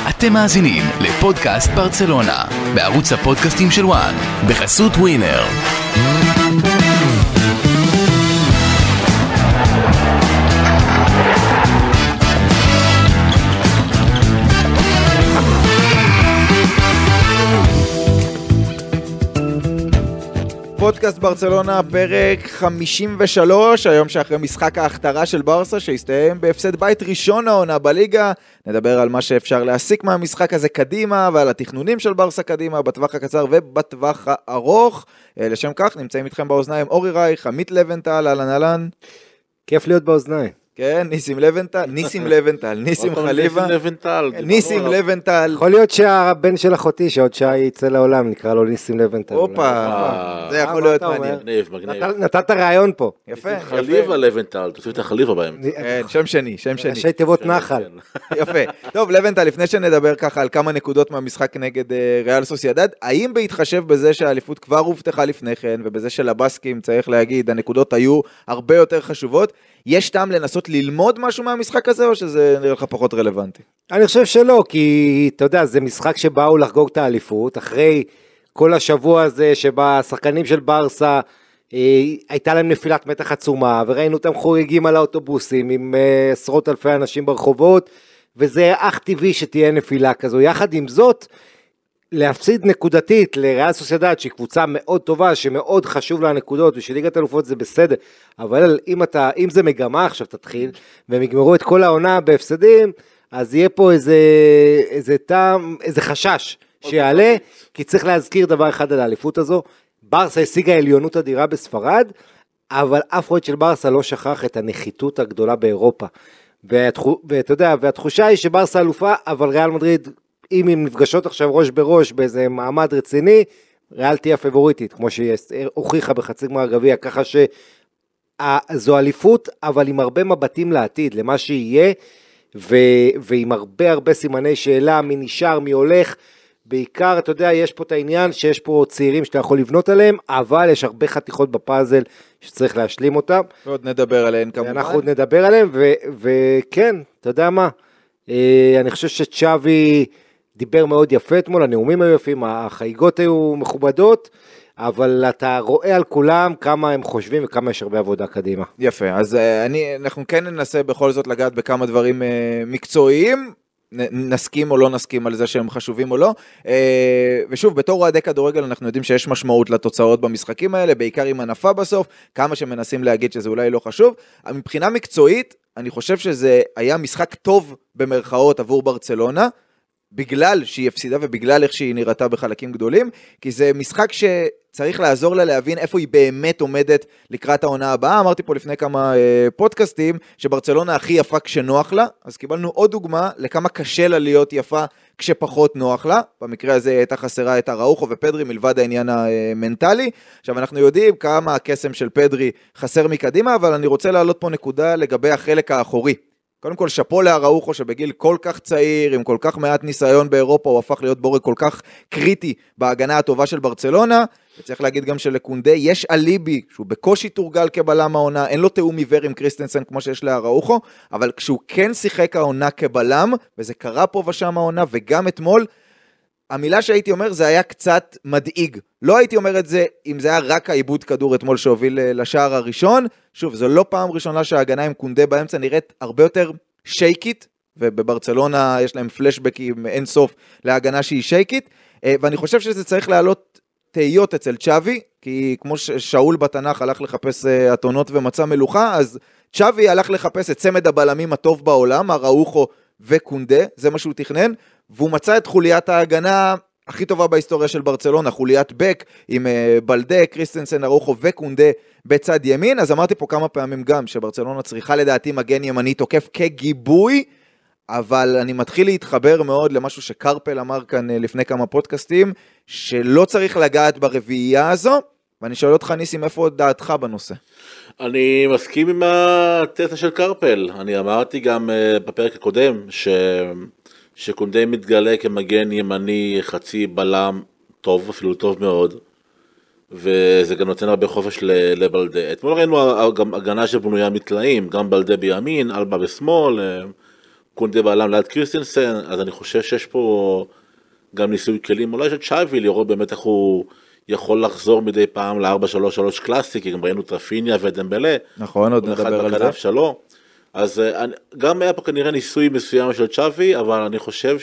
אתם מאזינים לפודקאסט ברצלונה, בערוץ הפודקאסטים של וואן, בחסות ווינר. פודקאסט ברצלונה, פרק 53, היום שאחרי משחק ההכתרה של ברסה שהסתיים בהפסד בית ראשון העונה בליגה. נדבר על מה שאפשר להסיק מהמשחק הזה קדימה ועל התכנונים של ברסה קדימה בטווח הקצר ובטווח הארוך. לשם כך נמצאים איתכם באוזניים אורי רייך, עמית לבנטל, אהלן. כיף להיות באוזניים. כן, ניסים לבנטל, ניסים חליבה, ניסים לבנטל. יכול להיות שהבן של אחותי שעוד שעה יצא לעולם, נקרא לו ניסים לבנטל. אופה, זה יכול להיות מעניין. מגניב. נתת רעיון פה. יפה. חליבה לבנטל, תוסיף את החליבה בהם. שם שני. ראשי תיבות נחל. יפה. טוב, לבנטל, לפני שנדבר ככה על כמה נקודות מהמשחק נגד ריאל סוסיידד, האם בהתחשב בזה שהאליפות כבר הובטחה לפני כן, ובזה שלבסקים, צריך להגיד, הנקודות היו הרבה יותר חשובות, יש טעם לנסות ללמוד משהו מהמשחק הזה, או שזה נראה לך פחות רלוונטי? אני חושב שלא, כי אתה יודע, זה משחק שבאו לחגוג את האליפות, אחרי כל השבוע הזה שבה השחקנים של ברסה, הייתה להם נפילת מתח עצומה, וראינו אותם חוגגים על האוטובוסים, עם עשרות אלפי אנשים ברחובות, וזה אך טבעי שתהיה נפילה כזו. יחד עם זאת, להפסיד נקודתית לריאל סוסיידד, שהיא קבוצה מאוד טובה, שמאוד חשוב לה הנקודות, ושליגת אלופות זה בסדר, אבל אם זה מגמה עכשיו תתחיל, והם יגמרו את כל העונה בהפסדים, אז יהיה פה איזה חשש שיעלה, כי צריך להזכיר דבר אחד על האליפות הזו, ברסה השיגה עליונות אדירה בספרד, אבל אף אחד של ברסה לא שכח את הנחיתות הגדולה באירופה, ואתה יודע, והתחושה היא שברסה אלופה, אבל ריאל מדריד, אם הן נפגשות עכשיו ראש בראש באיזה מעמד רציני, ריאל תהיה הפבוריטית, כמו שהיא הוכיחה בחצי גמר הגביע, ככה שזו אליפות, אבל עם הרבה מבטים לעתיד, למה שיהיה, ועם הרבה סימני שאלה, מי נשאר, מי הולך, בעיקר, אתה יודע, יש פה את העניין, שיש פה צעירים שאתה יכול לבנות עליהם, אבל יש הרבה חתיכות בפאזל, שצריך להשלים אותם. ועוד נדבר עליהן כמובן. אנחנו עוד נדבר עליהם, וכן, אתה יודע מה, אני חושב שצ'אבי דיבר מאוד יפה אתמול, הנאומים היו יפים, החגיגות היו מכובדות, אבל אתה רואה על כולם כמה הם חושבים וכמה יש הרבה עבודה קדימה. יפה, אז אנחנו כן ננסה בכל זאת לגעת בכמה דברים מקצועיים, נסכים או לא נסכים על זה שהם חשובים או לא, ושוב, בתור אוהדי כדורגל אנחנו יודעים שיש משמעות לתוצאות במשחקים האלה, בעיקר עם הנפה בסוף, כמה שמנסים להגיד שזה אולי לא חשוב, מבחינה מקצועית, אני חושב שזה היה משחק טוב במרכאות עבור ברצלונה, בגלל שהיא הפסידה ובגלל איך שהיא נראתה בחלקים גדולים, כי זה משחק שצריך לעזור לה להבין איפה היא באמת עומדת לקראת העונה הבאה. אמרתי פה לפני כמה פודקאסטים שברצלונה הכי יפה כשנוח לה, אז קיבלנו עוד דוגמה לכמה קשה לה להיות יפה כשפחות נוח לה. במקרה הזה הייתה חסרה את אראוחו ופדרי מלבד העניין המנטלי. עכשיו אנחנו יודעים כמה הקסם של פדרי חסר מקדימה, אבל אני רוצה להעלות פה נקודה לגבי החלק האחורי. קודם כל, שפו לאראוחו שבגיל כל כך צעיר, עם כל כך מעט ניסיון באירופה, הוא הפך להיות בורג כל כך קריטי בהגנה הטובה של ברצלונה, וצריך להגיד גם שלקונדה יש אליבי, שהוא בקושי תורגל כבלם העונה, אין לו תאום עיוור עם קריסטנסן כמו שיש לאראוחו, אבל כשהוא כן שיחק העונה כבלם, וזה קרה פה ושם העונה, וגם אתמול, המילה שהייתי אומר זה היה קצת מדאיג. לא הייתי אומר את זה אם זה היה רק העיבוד כדור אתמול שהוביל לשער הראשון. שוב, זו לא פעם ראשונה שההגנה עם קונדה באמצע נראית הרבה יותר שייקית, ובברצלונה יש להם פלשבקים אין סוף להגנה שהיא שייקית, ואני חושב שזה צריך לעלות תהיות אצל צ'אבי, כי כמו שאול בתנ"ך הלך לחפש אתונות ומצא מלוכה, אז צ'אבי הלך לחפש את צמד הבלמים הטוב בעולם, אראוחו וקונדה, זה מה שהוא תכנן, והוא מצא את חוליית ההגנה הכי טובה בהיסטוריה של ברצלונה, חוליית בק עם בלדה, קריסטנסן, אראוחו וקונדה בצד ימין. אז אמרתי פה כמה פעמים גם שברצלונה צריכה לדעתי מגן ימני תוקף כגיבוי, אבל אני מתחיל להתחבר מאוד למשהו שקרפל אמר כאן לפני כמה פודקאסטים, שלא צריך לגעת ברביעייה הזו, ואני שואל אותך ניסים, איפה דעתך בנושא? אני מסכים עם התזה של קרפל, אני אמרתי גם בפרק הקודם, שקונדה מתגלה כמגן ימני חצי בלם טוב, אפילו טוב מאוד, וזה גם נותן הרבה חופש לבלדה. אתמול ראינו גם הגנה שבנויה מתלאים, גם בלדה בימין, אלבה בשמאל, קונדה בעלם ליד קריסטנסן, אז אני חושב שיש פה גם ניסוי כלים, אולי של צ'אבי, לראות באמת איך הוא יכול לחזור מדי פעם ל-4-3-3 קלאסי, כי גם ראינו את רפיניה ודמבלה. נכון, עוד נדבר על זה. שלו. אז גם היה פה כנראה ניסוי מסוים של צ'אבי, אבל אני חושב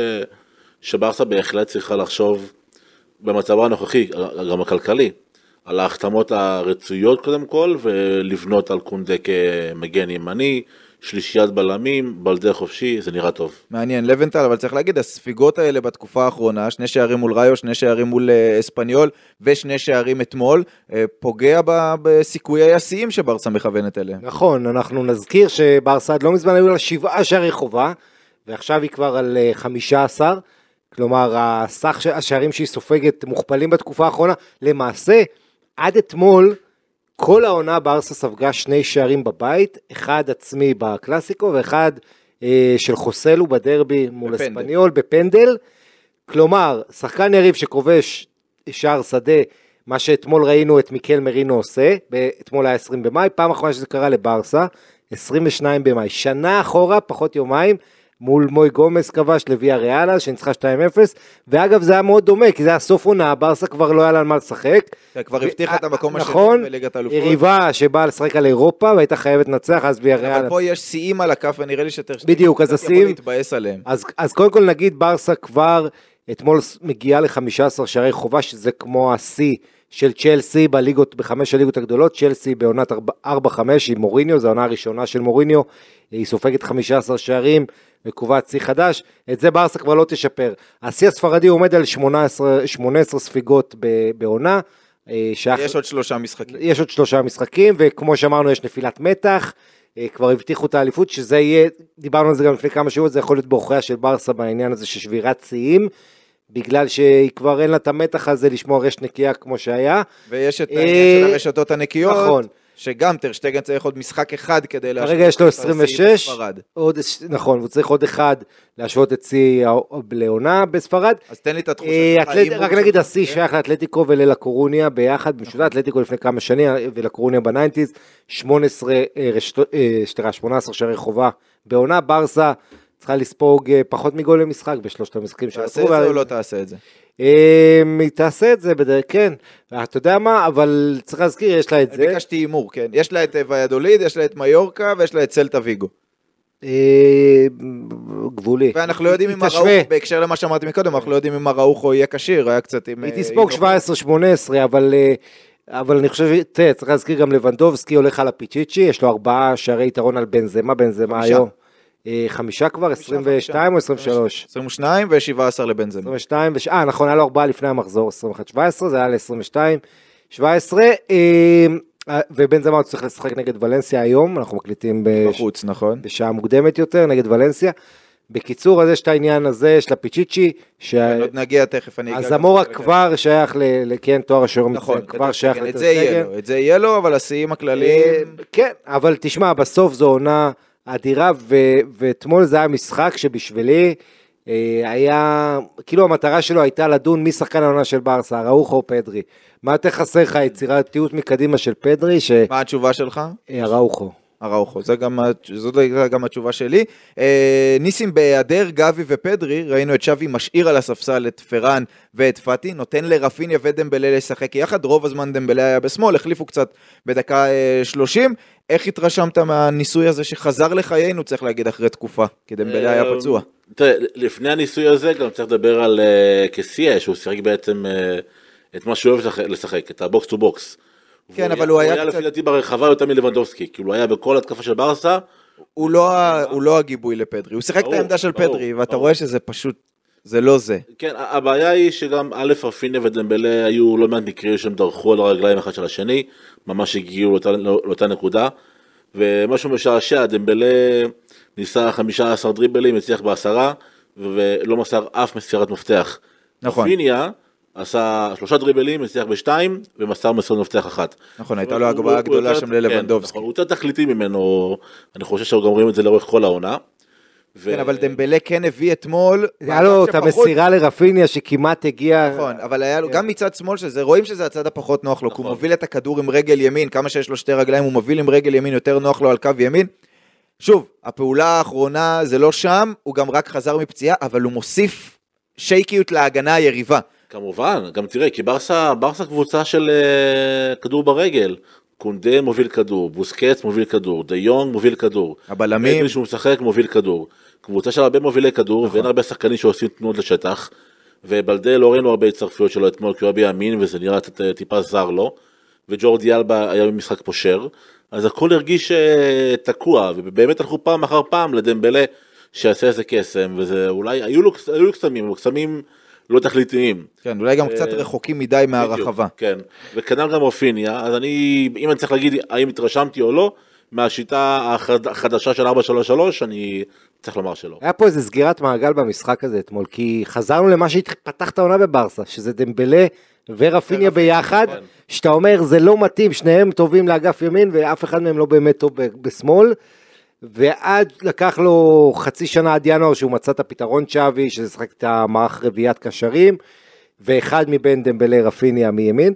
שברסה בהחלט צריכה לחשוב במצבה הנוכחי, גם הכלכלי, על ההחתמות הרצויות קודם כל, ולבנות על קונדה כמגן ימני, שלישיית בלמים, בלדה חופשי, זה נראה טוב. מעניין, לבנטל, אבל צריך להגיד, הספיגות האלה בתקופה האחרונה, 2 שערים מול ראיו, 2 שערים מול אספניול, ו2 שערים אתמול, פוגע בסיכויי השיאים שברסה מכוונת אליהם. נכון, אנחנו נזכיר שברסה עד לא מזמן היו לה 7 שערי חובה, ועכשיו היא כבר על 15, כלומר, הסך השערים שהיא סופגת מוכפלים בתקופה האחרונה, למעשה, עד אתמול, כל העונה ברסה ספגה 2 שערים בבית, אחד עצמי בקלאסיקו, ואחד של חוסלו בדרבי מול אספניול, בפנדל, כלומר, שחקן יריב שכובש שער שדה, מה שאתמול ראינו את מיקל מרינו עושה, אתמול היה 20 במאי, פעם אחרונה שזה קרה לברסה, 22 במאי, שנה אחורה, פחות יומיים, מול מוי גומס כבש לוויה ריאלה, שניצחה 2-0, ואגב זה היה מאוד דומה, כי זה היה סוף עונה, ברסה כבר לא היה לה על מה לשחק. כבר הבטיחה את המקום השני בליגת האלופות. יריבה שבאה לשחק על אירופה, והייתה חייבת לנצח, אז ויה ריאלה. אבל פה יש שיאים על הכף, ונראה לי בדיוק, אז השיאים, אז קודם כל נגיד, ברסה כבר אתמול מגיעה ל-15 שערי חובה, שזה כמו השיא של צ'לסי ב5 הליגות הגדולות, צ'לסי בעונת 4-5 עם מוריניו, זו העונה הראשונה של מוריניו, היא סופגת 15 שערים, וקובעת שיא חדש, את זה ברסה כבר לא תשפר. השיא הספרדי עומד על 18 ספיגות בעונה. יש עוד 3 משחקים. יש עוד 3 משחקים, וכמו שאמרנו יש נפילת מתח, כבר הבטיחו את האליפות, שזה יהיה, דיברנו על זה גם לפני כמה שבועות, זה יכול להיות באורחיה של ברסה בעניין הזה של שבירת שיאים, בגלל שהיא כבר אין לה את המתח הזה לשמוע רשת נקייה כמו שהיה. ויש את העניין של הרשתות הנקיות. נכון. שגם טרשטגן צריך עוד משחק אחד כדי להשוות. כרגע יש לו 26, נכון, הוא צריך עוד אחד להשוות את שיא לעונה בספרד. אז תן לי את התחושה. רק נגיד השיא שייך לאתלטיקו ולקורוניה ביחד, במשותף אתלטיקו לפני כמה שנים ולקורוניה בניינטיז, 18 שערי חובה בעונה, ברסה צריכה לספוג פחות מגול למשחק בשלושת המשחקים של תעשה את זה או לא תעשה את זה? היא תעשה את זה בדרך, כן, אתה יודע מה, אבל צריך להזכיר, יש לה את זה. ביקשתי אימור, כן, יש לה את ויאדוליד, יש לה את מיורקה, ויש לה את סלטה ויגו. גבולי. ואנחנו לא יודעים אם הראוכו, בהקשר למה שאמרתי מקודם, אנחנו לא יודעים אם הראוכו יהיה קשיר, היה קצת עם... היא תספוג 17-18, אבל אני חושב, צריך להזכיר גם לבנדובסקי הולך על הפיצ'יצ'י, יש לו 4 שערי יתרון על בנזמה היום. 5 כבר, 22 או 23? 22 ו-17 לבנזמה. 22, נכון, היה לו 4 לפני המחזור, 21-17, זה היה ל-22-17, ובנזמה צריך לשחק נגד ולנסיה היום, אנחנו מקליטים בחוץ, נכון. בשעה מוקדמת יותר, נגד ולנסיה. בקיצור, אז יש את העניין הזה, יש לפיצ'יצ'י, עוד נגיע תכף, אז המורה כבר שייך לכן תואר השוער, נכון, כבר שייך את זה יהיה לו, אבל השיאים הכלליים... כן, אבל תשמע, בסוף זו עונה אדירה, ואתמול זה היה משחק שבשבילי היה, כאילו המטרה שלו הייתה לדון מי שחקן העונה של ברסה, ראוכו או פדרי. מה יותר חסר לך, יצירתיות מקדימה של פדרי? מה התשובה שלך? ראוכו. הראוכו, זאת גם התשובה שלי. ניסים בהיעדר גבי ופדרי, ראינו את שווי משאיר על הספסל את פרן ואת פאטי, נותן לרפיניה ודמבלה לשחק יחד, רוב הזמן דמבלה היה בשמאל, החליפו קצת בדקה 30, איך התרשמת מהניסוי הזה שחזר לחיינו, צריך להגיד אחרי תקופה, כי דמבלה היה פצוע. תראה, לפני הניסוי הזה גם צריך לדבר על קסיה, שהוא שיחק בעצם את מה שהוא אוהב לשחק, את הבוקס טו בוקס. כן, אבל הוא היה לפי דעתי ברחבה יותר מלבנדובסקי, כי הוא היה בכל התקפה של ברסה. הוא לא הגיבוי לפדרי, הוא שיחק את העמדה של פדרי, ואתה רואה שזה פשוט, זה לא זה. כן, הבעיה היא שגם א' רפיניה ודמבלה היו לא מעט מקרים שהם דרכו על הרגליים אחד של השני, ממש הגיעו לאותה נקודה, ומשהו משעשע, דמבלה ניסה 15 דריבלים, הצליח ב10, ולא מסר אף מסירת מפתח. נכון. רפיניה עשה 3 דריבלים, הצליח ב2, ומסר מסירת מפתח 1. נכון, הייתה לו הגבהה הגדולה שם ללבנדובסקי. הוא יותר תכליתי ממנו, אני חושב שגם רואים את זה לאורך כל העונה. כן, אבל דמבלה כן הביא אתמול. היה לו את המסירה לרפיניה שכמעט הגיע. נכון, אבל היה לו גם מצד שמאל שזה, רואים שזה הצד הפחות נוח לו, כי הוא מוביל את הכדור עם רגל ימין, כמה שיש לו 2 רגליים, הוא מוביל עם רגל ימין, יותר נוח לו על קו ימין. שוב, הפעולה האחרונה זה לא שם, הוא גם רק חזר מפציעה, אבל הוא מוסיף שייקיות להגנה היריבה. כמובן, גם תראה, כי ברסה קבוצה של כדור ברגל, קונדה מוביל כדור, בוסקץ מוביל כדור, דה יונג מוביל כדור, הבלמים, שהוא משחק מוביל כדור, קבוצה של הרבה מובילי כדור, ואין הרבה שחקנים שעושים תנועות לשטח, ובלדה לא ראינו הרבה הצטרפויות שלו אתמול, כי הוא היה בימין, וזה נראה טיפה זר לו, וג'ורדי אלבה היה במשחק פושר, אז הכל הרגיש תקוע, ובאמת הלכו פעם אחר פעם לדמבלה, שיעשה איזה קסם, וזה אולי, היו לו קסמים לא תכליתיים. כן, אולי גם קצת רחוקים מדי מהרחבה. כן, וכנ"ל גם רפיניה, אז אם אני צריך להגיד האם התרשמתי או לא, מהשיטה החדשה של 4-3-3, אני צריך לומר שלא. היה פה איזה סגירת מעגל במשחק הזה אתמול, כי חזרנו למה שהתפתח את העונה בברסה, שזה דמבלה ורפיניה ביחד, שאתה אומר זה לא מתאים, שניהם טובים לאגף ימין, ואף אחד מהם לא באמת טוב בשמאל, ועד לקח לו חצי שנה עד ינואר שהוא מצא את הפתרון צ'אבי, שזה שחק את המערך רביעיית קשרים, ואחד מבין דמבלה רפיניה מימין.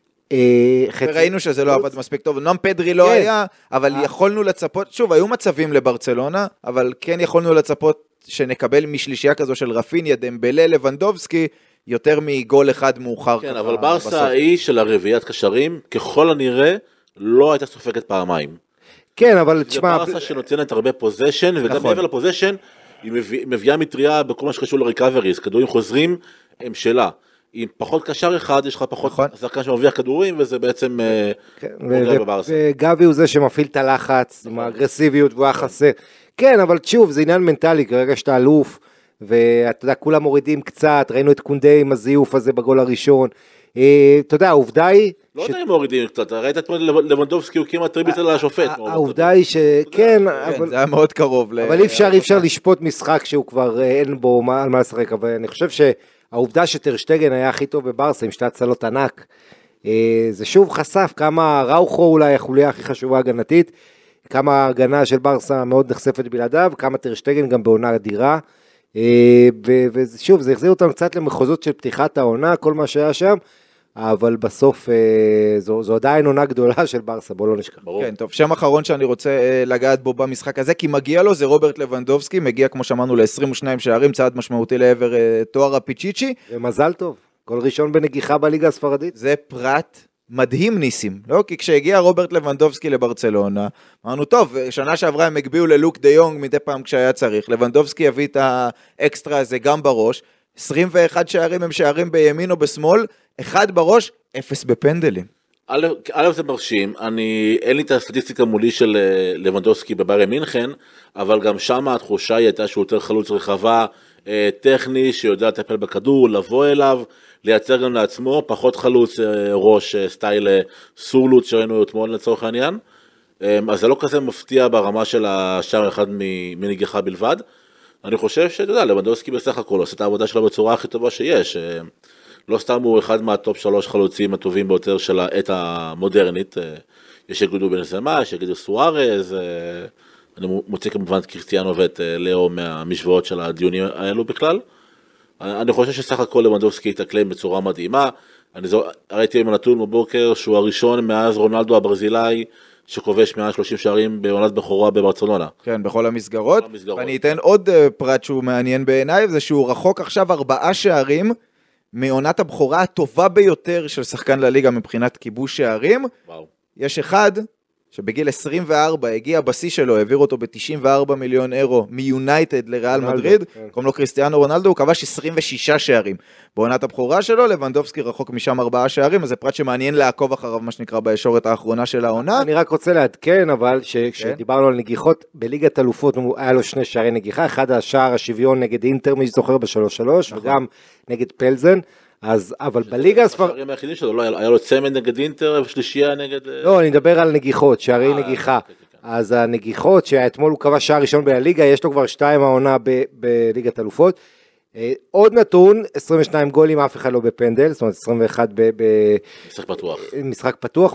וראינו שזה לא עבד מספיק טוב, נועם פדרי לא היה, אבל יכולנו לצפות, שוב, היו מצבים לברצלונה, אבל כן יכולנו לצפות שנקבל משלישייה כזו של רפיניה, דמבלה, לבנדובסקי, יותר מגול אחד מאוחר. כן, אבל ברסה היא של הרביעיית קשרים, ככל הנראה, לא הייתה סופקת פעמיים. כן, אבל תשמע... זה ברסה שנותנת הרבה פוזיישן, וגם מעבר לפוזיישן, היא מביאה מטריה בכל מה שקשור לריקאבריז, כדורים חוזרים הם שלה. עם פחות קשר אחד, יש לך פחות שחקן שמרוויח כדורים, וזה בעצם פוגע בברסה. וגבי הוא זה שמפעיל את הלחץ, עם האגרסיביות, והוא היה חסר. כן, אבל שוב, זה עניין מנטלי, כרגע שאתה אלוף, ואתה יודע, כולם מורידים קצת, ראינו את קונדה עם הזיוף הזה בגול הראשון. אתה יודע, העובדה היא... לא יודע אם מורידים קצת, ראית את לבנדובסקי, הוא כמעט טריביץ על השופט. העובדה היא שכן, זה היה מאוד קרוב. אבל אי אפשר לשפוט משחק שהוא כבר אין בו על מה לשחק, אבל אני חושב שהעובדה שטרשטגן היה הכי טוב בברסה, עם שתי הצלות ענק, זה שוב חשף כמה ראוכו אולי החוליה הכי חשובה הגנתית, כמה ההגנה של ברסה מאוד נחשפת בלעדיו, כמה טרשטגן גם בעונה אדירה, ושוב, זה החזיר אותנו קצת למחוזות של פתיחת העונה, כל מה שהיה שם, אבל בסוף זו עדיין עונה גדולה של ברסה, בוא לא נשכח. כן, טוב, שם אחרון שאני רוצה לגעת בו במשחק הזה, כי מגיע לו, זה רוברט לבנדובסקי, מגיע כמו שאמרנו ל-22 שערים, צעד משמעותי לעבר תואר הפיצ'יצ'י. ומזל טוב, כל ראשון בנגיחה בליגה הספרדית. זה פרט מדהים ניסים, לא? כי כשהגיע רוברט לבנדובסקי לברצלונה, אמרנו, טוב, שנה שעברה הם הגביעו ללוק דה יונג מדי פעם כשהיה צריך, לבנדובסקי הביא את האקסטרה הזה גם בראש, 21 שערים הם שערים בימין או בשמאל, אחד בראש, 0 בפנדלים. א' זה מרשים, אין לי את הסטטיסטיקה מולי של לבנדובסקי בביירן מינכן, אבל גם שם התחושה היא הייתה שהוא יותר חלוץ רחבה, טכני, שיודע לטפל בכדור, לבוא אליו, לייצר גם לעצמו, פחות חלוץ ראש סטייל סורלוץ שראינו אתמול לצורך העניין, אז זה לא כזה מפתיע ברמה של השער אחד מנגיחה בלבד. אני חושב שאתה יודע, לבנדובסקי בסך הכל עושה את העבודה שלו בצורה הכי טובה שיש, לא סתם הוא אחד מהטופ 3 חלוצים הטובים ביותר של העת המודרנית, יש יגידו בנזמה, יש יגידו סוארז, אני מוצא כמובן את קריסטיאנו ואת לאו מהמשוואות של הדיונים האלו בכלל, אני חושב שסך הכל לבנדובסקי התאקלם בצורה מדהימה, ראיתי עם הנתון בבוקר שהוא הראשון מאז רונלדו הברזילאי, שכובש 130 שערים בעונת בכורה בברצלונה. כן, בכל המסגרות. ואני אתן עוד פרט שהוא מעניין בעיניי, זה שהוא רחוק עכשיו 4 שערים, מעונת הבכורה הטובה ביותר של שחקן לליגה מבחינת כיבוש שערים. וואו. יש אחד שבגיל 24 הגיע בשיא שלו, העביר אותו ב-94 מיליון אירו מיונייטד לריאל מדריד, קוראים לו קריסטיאנו רונלדו, הוא כבש 26 שערים. בעונת הבכורה שלו, לבנדובסקי רחוק משם 4 שערים, אז זה פרט שמעניין לעקוב אחריו, מה שנקרא, בישורת האחרונה של העונה. אני רק רוצה לעדכן, אבל כשדיברנו על נגיחות, בליגת אלופות היה לו 2 שערי נגיחה, אחד השער השוויון נגד אינטר, מי שזוכר ב-3-3, וגם נגד פלזן. אז, אבל בליגה הספרדית... השערים היחידים שלו, לא, היה לו צמד נגד אינטר, ושלישייה נגד... לא, אני מדבר על נגיחות, שערי נגיחה. אז הנגיחות, שאתמול הוא קבע שער ראשון בליגה, יש לו כבר 2 העונה בליגת אלופות. עוד נתון, 22 גולים, אף אחד לא בפנדל, זאת אומרת 21 משחק פתוח. משחק פתוח,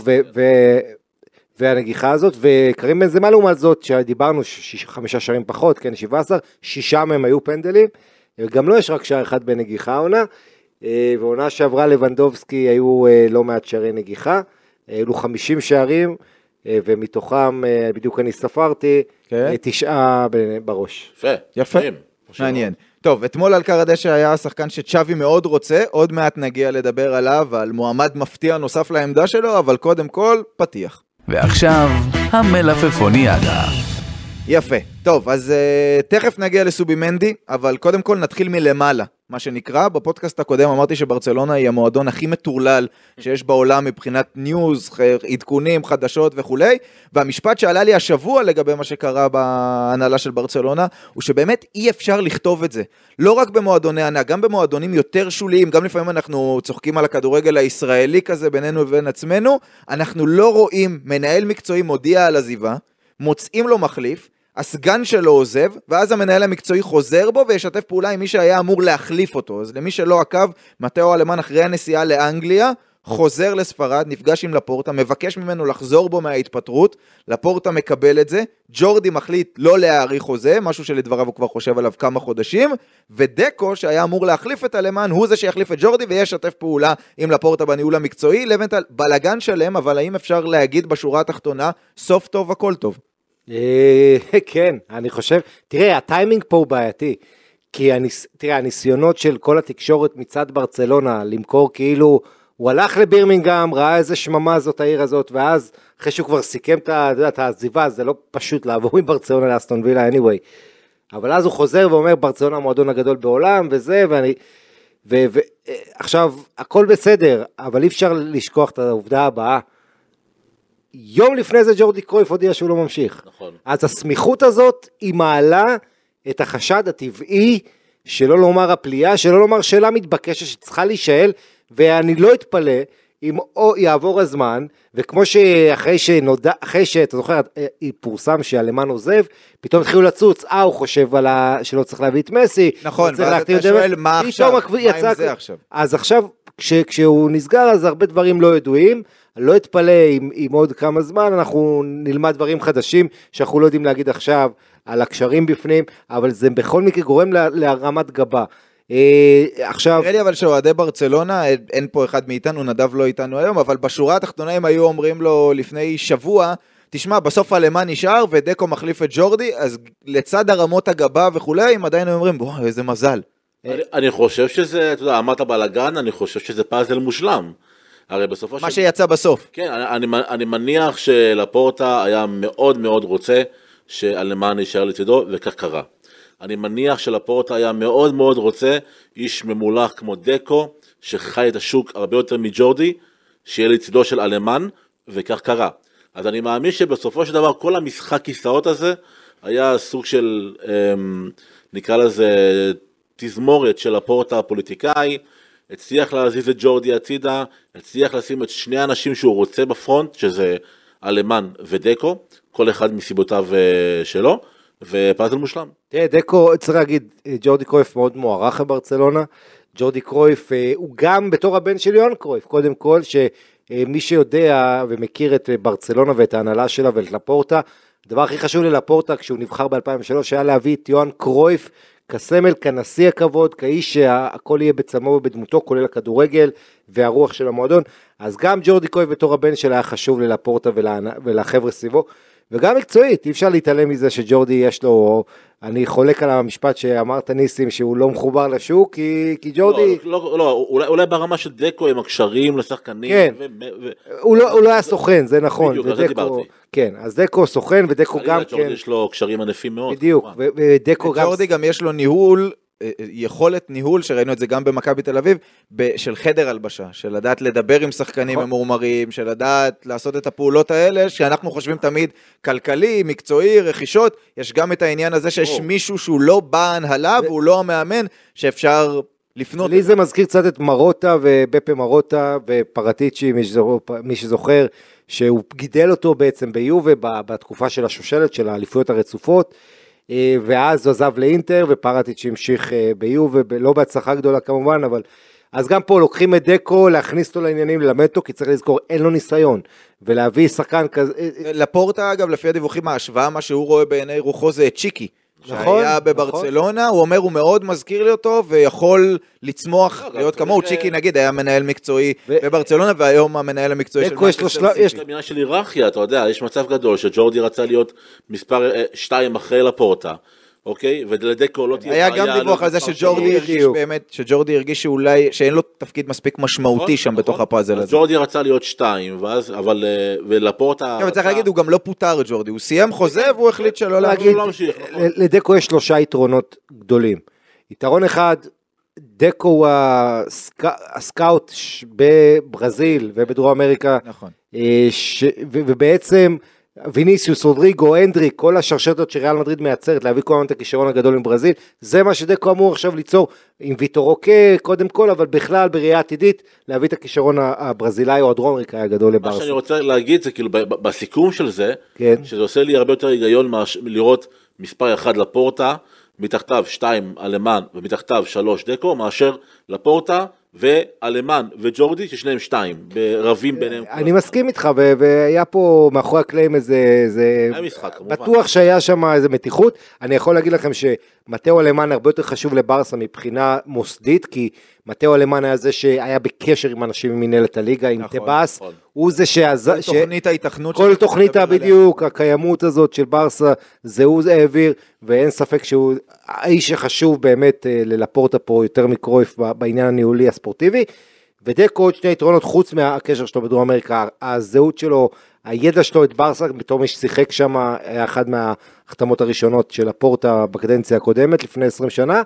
והנגיחה הזאת, וקרים בנזמה לעומת זאת, שדיברנו 5 שערים פחות, כן, 17, 6 מהם היו פנדלים, וגם לא יש רק שער אחד בנגיחה העונה, ועונה שעברה לבנדובסקי היו לא מעט שערי נגיחה, היו 50 שערים, ומתוכם, בדיוק אני ספרתי, 9 בראש. יפה, מעניין. טוב, אתמול על קר הדשא היה שחקן שצ'אבי מאוד רוצה, עוד מעט נגיע לדבר עליו, על מועמד מפתיע נוסף לעמדה שלו, אבל קודם כל, פתיח. ועכשיו, המלפפוניאדה. יפה. טוב, אז תכף נגיע לסובימנדי, אבל קודם כל נתחיל מלמעלה, מה שנקרא. בפודקאסט הקודם אמרתי שברצלונה היא המועדון הכי מטורלל שיש בעולם מבחינת ניוז, עדכונים, חדשות וכו'. והמשפט שעלה לי השבוע לגבי מה שקרה בהנהלה של ברצלונה, הוא שבאמת אי אפשר לכתוב את זה. לא רק במועדוני ענק, גם במועדונים יותר שוליים, גם לפעמים אנחנו צוחקים על הכדורגל הישראלי כזה בינינו ובין עצמנו, אנחנו לא רואים מנהל מקצועי מודיע על עזיבה, מוצאים לו מחליף, הסגן שלו עוזב, ואז המנהל המקצועי חוזר בו וישתף פעולה עם מי שהיה אמור להחליף אותו. אז למי שלא עקב, מתאו אלמן אחרי הנסיעה לאנגליה, חוזר לספרד, נפגש עם לפורטה, מבקש ממנו לחזור בו מההתפטרות, לפורטה מקבל את זה, ג'ורדי מחליט לא להאריך חוזה, משהו שלדבריו הוא כבר חושב עליו כמה חודשים, ודקו שהיה אמור להחליף את אלמן, הוא זה שיחליף את ג'ורדי וישתף פעולה עם לפורטה בניהול המקצועי. לבנטל, בלגן שלם, אבל האם אפשר להגיד בשורה התחתונה, סוף טוב הכל טוב? כן, אני חושב, תראה, הטיימינג פה הוא בעייתי, כי תראה, הניסיונות של כל התקשורת מצד ברצלונה, למכור כאילו, הוא הלך לבירמינגהם, ראה איזה שממה זאת העיר הזאת, ואז אחרי שהוא כבר סיכם את העזיבה, זה לא פשוט לעבור מברצלונה לאסטון וילה, anyway, אבל אז הוא חוזר ואומר, ברצלונה המועדון הגדול בעולם, וזה, עכשיו, הכל בסדר, אבל אי אפשר לשכוח את העובדה הבאה, יום לפני זה ג'ורדי קרויף הודיע שהוא לא ממשיך. נכון. אז הסמיכות הזאת היא מעלה את החשד הטבעי, שלא לומר הפליאה, שלא לומר שאלה מתבקשת שצריכה להישאל, ואני לא אתפלא אם יעבור הזמן, וכמו שאחרי שאתה זוכר, פורסם שהלמן עוזב, פתאום התחילו לצוץ, הוא חושב שלא צריך להביא את מסי. נכון, ואז אתה שואל מה עכשיו, מה עם זה עכשיו? אז עכשיו, כשהוא נסגר, אז הרבה דברים לא ידועים, לא אתפלא עם עוד כמה זמן, אנחנו נלמד דברים חדשים, שאנחנו לא יודעים להגיד עכשיו, על הקשרים בפנים, אבל זה בכל מקרה גורם להרמת גבה. עכשיו... נראה לי אבל שאוהדי ברצלונה, אין פה אחד מאיתנו, נדב לא איתנו היום, אבל בשורה התחתונה הם היו אומרים לו לפני שבוע, תשמע, בסוף אלמן נשאר, ודקו מחליף את ג'ורדי, אז לצד הרמות הגבה וכולי, הם עדיין אומרים, בוא, איזה מזל. אני חושב שזה, אתה יודע, אמרת בלגן, אני חושב שזה פאזל מושלם. הרי בסופו מה שיצא בסוף. כן, אני מניח שלפורטה היה מאוד מאוד רוצה שאלמן יישאר לצדו, וכך קרה. אני מניח שלפורטה היה מאוד מאוד רוצה איש ממולח כמו דקו, שחי את השוק הרבה יותר מג'ורדי, שיהיה לצדו של אלמן, וכך קרה. אז אני מאמין שבסופו של דבר כל המשחק כיסאות הזה, היה סוג של, נקרא לזה, תזמורת של לפורטה הפוליטיקאי, הצליח להזיז את ג'ורדי הצידה, הצליח לשים את שני האנשים שהוא רוצה בפרונט, שזה אלמן ודקו, כל אחד מסיבותיו שלו, ופאזל מושלם. תראה, דקו, צריך להגיד, ג'ורדי קרויף מאוד מוערך בברצלונה, ג'ורדי קרויף הוא גם בתור הבן של יוהאן קרויף, קודם כל, שמי שיודע ומכיר את ברצלונה ואת ההנהלה שלה ואת לפורטה, הדבר הכי חשוב ללפורטה כשהוא נבחר ב-2003 היה להביא את יוהאן קרויף כסמל, כנשיא הכבוד, כאיש שהכל יהיה בצלמו ובדמותו, כולל הכדורגל והרוח של המועדון. אז גם ג'ורדי קרויף בתור הבן שלה היה חשוב ללפורטה ולחבר'ה סביבו, וגם מקצועית, אי אפשר להתעלם מזה שג'ורדי יש לו, אני חולק על המשפט שאמרת ניסים, שהוא לא מחובר לשוק, כי ג'ורדי... לא, אולי ברמה של דקו עם הקשרים לשחקנים. כן, הוא לא היה סוכן, זה נכון. בדיוק, על זה דיברתי. כן, אז דקו סוכן, ודקו גם כן. ג'ורדי יש לו קשרים ענפים מאוד. בדיוק, ודקו גם... ג'ורדי גם יש לו ניהול, יכולת ניהול, שראינו את זה גם במכבי תל אביב, של חדר הלבשה, של לדעת לדבר עם שחקנים ממורמרים, של לדעת לעשות את הפעולות האלה, שאנחנו חושבים תמיד כלכלי, מקצועי, רכישות, יש גם את העניין הזה שיש מישהו שהוא לא בהנהלה, והוא לא המאמן, שאפשר לפנות. לי זה מזכיר קצת את מרוטה ובפה מרוטה ופרטיצ'י, מי שזוכר, שהוא גידל אותו בעצם ביובה, בתקופה של השושלת, של האליפויות הרצופות, ואז הוא עזב לאינטר, ופרטיץ' המשיך ביובה, לא בהצלחה גדולה כמובן, אבל אז גם פה לוקחים את דקו, להכניס אותו לעניינים, ללמד אותו, כי צריך לזכור, אין לו ניסיון, ולהביא שחקן כזה... לפורטה, אגב, לפי הדיווחים, ההשוואה, מה שהוא רואה בעיני רוחו זה צ'יקי, שהיה בברצלונה, הוא אומר, הוא מאוד מזכיר לי אותו, ויכול לצמוח, להיות כמוהו, צ'יקי נגיד, היה מנהל מקצועי בברצלונה, והיום המנהל המקצועי של מנצ'סטר סיטי. יש עניין של היררכיה, אתה יודע, יש מצב גדול, שג'ורדי רצה להיות מספר 2 אחרי לפורטה, אוקיי? ולדקו לא תהיה היה גם דיווח על זה שג'ורדי הרגיש באמת, שג'ורדי הרגיש שאולי, שאין לו תפקיד מספיק משמעותי שם בתוך הפאזל הזה. ג'ורדי רצה להיות 2, אבל ולפורטה... כן, צריך להגיד, הוא גם לא פוטר ג'ורדי, הוא סיים חוזה והוא החליט שלא להמשיך. לדקו יש 3 יתרונות גדולים. יתרון אחד, דקו הוא הסקאוט בברזיל ובדרום אמריקה, ובעצם ויניסיוס, רודריגו, אנדריק, כל השרשתות שריאל מדריד מייצרת, להביא כל הזמן את הכישרון הגדול עם ברזיל, זה מה שדקו אמור עכשיו ליצור עם ויטור רוקה קודם כל, אבל בכלל בראייה עתידית, להביא את הכישרון הברזילאי או הדרום אמריקאי הגדול לברסה. מה שאני רוצה להגיד זה כאילו בסיכום של זה, שזה עושה לי הרבה יותר היגיון לראות מספר 1 לפורטה, מתחתיו 2 אלמן ומתחתיו 3 דקו, מאשר לפורטה ואלמן וג'ורדי ששניהם 2, ברבים ביניהם. אני מסכים איתך, והיה פה מאחורי הקלעים איזה... היה משחק, כמובן. בטוח שהיה שם איזה מתיחות. אני יכול להגיד לכם שמטאו אלמן הרבה יותר חשוב לברסה מבחינה מוסדית, כי מטאו אלמן היה זה שהיה בקשר עם אנשים ממנהלת הליגה, עם טבאס, הוא זה כל תוכנית ההתכנות. כל תוכנית בדיוק, הקיימות הזאת של ברסה, זה הוא העביר, ואין ספק שהוא האיש שחשוב באמת ללפורטה פה יותר מקרויף בעניין הניהולי הספורטיבי, ודקו עוד 2 יתרונות חוץ מהקשר שלו בדרום אמריקה, הזהות שלו, הידע שלו את ברסה, בתור מי ששיחק שם, היה אחד מההחתמות הראשונות של לפורטה בקדנציה הקודמת, לפני 20 שנה,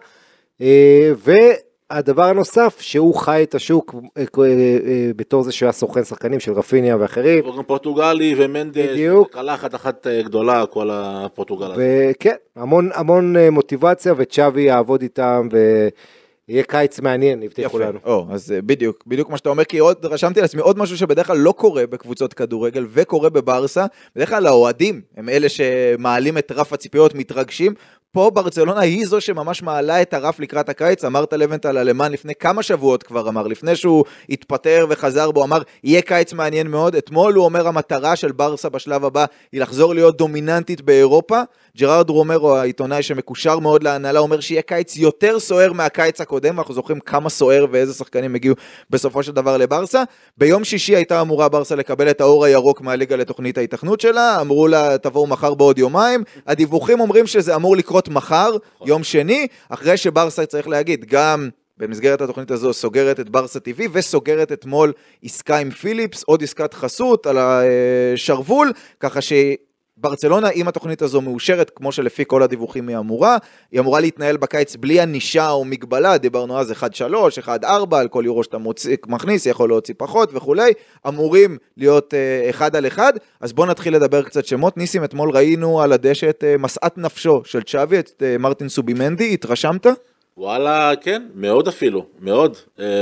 והדבר הנוסף, שהוא חי את השוק בתור זה שהיה סוכן שחקנים של רפיניה ואחרים. גם פורטוגלי ומנדס, קלחת אחת גדולה, כל הפורטוגל הזה. וכן, המון מוטיבציה, וצ'אבי יעבוד איתם, יהיה קיץ מעניין, הבטיחו לנו. אז בדיוק מה שאתה אומר, כי רשמתי לעצמי עוד משהו שבדרך כלל לא קורה בקבוצות כדורגל, וקורה בברסה, בדרך כלל האוהדים הם אלה שמעלים את רף הציפיות, מתרגשים, פה ברצלונה היא זו שממש מעלה את הרף לקראת הקיץ, אמרת לבנטל אלמן לפני כמה שבועות כבר אמר, לפני שהוא התפטר וחזר בו, אמר, יהיה קיץ מעניין מאוד, אתמול הוא אומר המטרה של ברסה בשלב הבא, היא לחזור להיות דומיננטית באירופה, ג'רארד רומרו, העיתונאי שמקושר מאוד להנהלה, אומר שיהיה קיץ יותר סוער מהקיץ הקודם, אנחנו זוכרים כמה סוער ואיזה שחקנים הגיעו בסופו של דבר לברסה, ביום שישי הייתה אמורה ברסה לקבל את האור הירוק מהליגה לתוכנית ההיתכנות שלה, אמרו לה תבואו מחר בעוד יומיים, הדיווחים אומרים שזה אמור לקרות מחר, יום שני, אחרי שברסה צריך להגיד, גם במסגרת התוכנית הזו סוגרת את ברסה TV, וסוגרת אתמול עסקה עם פיליפס, עוד עסקת חסות על השרוול, ככה ברצלונה, אם התוכנית הזו מאושרת, כמו שלפי כל הדיווחים היא אמורה להתנהל בקיץ בלי הנישה או מגבלה, דיברנו אז 1-3, 1-4, על כל יורו שאתה מכניס, יכול להוציא פחות וכולי, אמורים להיות 1-1, אז בוא נתחיל לדבר קצת שמות. ניסים, אתמול ראינו על הדשא את מסעת נפשו של צ'אבי, את מרטין סובימנדי, התרשמת? וואלה, כן, מאוד אפילו, מאוד.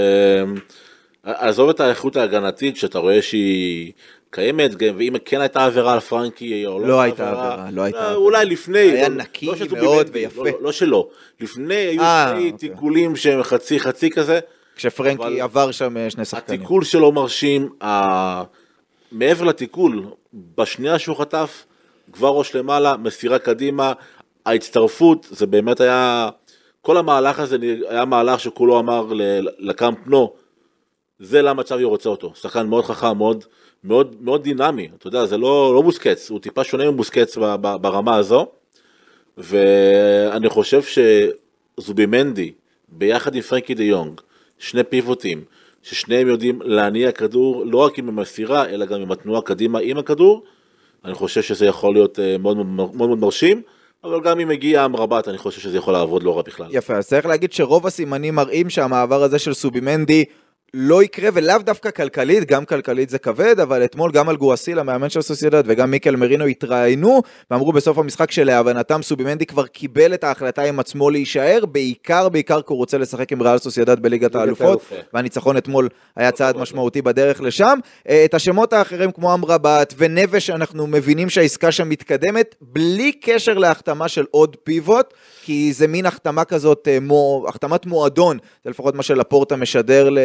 עזוב את האיכות ההגנתית, שאתה רואה שהיא קיימת, ואם כן הייתה עבירה על פרנקי, או לא הייתה עבירה, לא הייתה עבירה. אולי לפני. היה נקי מאוד ויפה. לא שלא. לפני היו שני תיקולים שהם חצי כזה. כשפרנקי עבר שם 2 שחקנים. התיקול שלו מרשים, מעבר לתיקול, בשנייה שהוא חטף, כבר ראש למעלה, מסירה קדימה, ההצטרפות, זה באמת היה, כל המהלך הזה היה מהלך שכולו אמר לקאמפ נו, זה למה צ'אבי רוצה אותו, שחקן מאוד חכם, מאוד דינמי, אתה יודע, זה לא בוסקץ, הוא טיפה שונה מבוסקץ ברמה הזו, ואני חושב שזובימנדי, ביחד עם פרנקי דה יונג, 2 פיבוטים, ששניהם יודעים להניע כדור, לא רק עם המסירה, אלא גם עם התנועה קדימה עם הכדור, אני חושב שזה יכול להיות מאוד מאוד מרשים, אבל גם אם מגיע אמרבת, אני חושב שזה יכול לעבוד לא רע בכלל. יפה, אז צריך להגיד שרוב הסימנים מראים שהמעבר הזה של סובימנדי לא יקרה, ולאו דווקא כלכלית, גם כלכלית זה כבד, אבל אתמול גם על גואסיל, המאמן של סוסיידד, וגם מיקל מרינו התראיינו, ואמרו בסוף המשחק שלהבנתם סובימנדי כבר קיבל את ההחלטה עם עצמו להישאר, בעיקר כי הוא רוצה לשחק עם ריאל סוסיידד בליגת האלופות, והניצחון אתמול היה צעד משמעותי בדרך לשם. את השמות האחרים כמו אמרבת ונבש, אנחנו מבינים שהעסקה שם מתקדמת, בלי קשר להחתמה של עוד פיבוט, כי זה מין החתמה כזאת, החתמת מועדון, זה לפחות מה שלפורטה משדר לצ'אבי,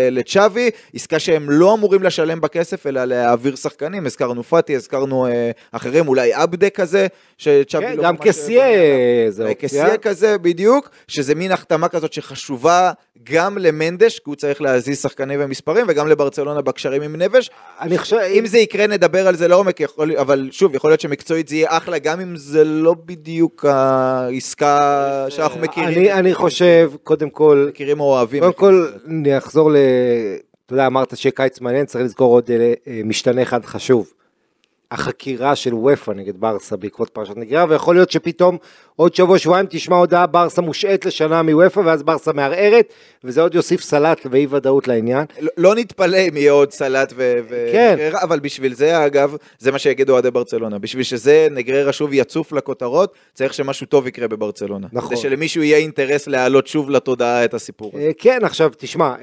צ'אבי, עסקה שהם לא אמורים לשלם בכסף, אלא להעביר שחקנים, הזכרנו פאטי, הזכרנו אחרים, אולי אבדה כזה, שצ'אבי כן, לא גם כסיה זה אופציה. כסיה כזה בדיוק, שזה מין החתמה כזאת שחשובה גם למנדש, כי הוא צריך להזיז שחקנים ומספרים, וגם לברצלונה בקשרים עם נבש. אני חושב... אם זה יקרה נדבר על זה לעומק, אבל שוב, יכול להיות שמקצועית זה יהיה אחלה, גם אם זה לא בדיוק העסקה שאנחנו מכירים. אני חושב, קודם כל... מכירים או אוהבים. קודם כל, נחזור אתה יודע, אמרת שקיץ מעניין, צריך לזכור עוד משתנה אחד חשוב. החקירה של וופה נגד ברסה בעקבות פרשת נגירה, ויכול להיות שפתאום עוד שבוע-שבועיים תשמע הודעה ברסה מושעת לשנה מוופה, ואז ברסה מערערת, וזה עוד יוסיף סלט ואי ודאות לעניין. לא נתפלא אם יהיה עוד סלט כן. ונגררה, אבל בשביל זה אגב, זה מה שיגידו אוהדי ברצלונה, בשביל שזה נגררה שוב יצוף לכותרות, צריך שמשהו טוב יקרה בברצלונה. נכון. כדי שלמישהו יהיה אינטרס להעלות שוב לתודעה את הסיפור הזה. כן, עכשיו תשמע,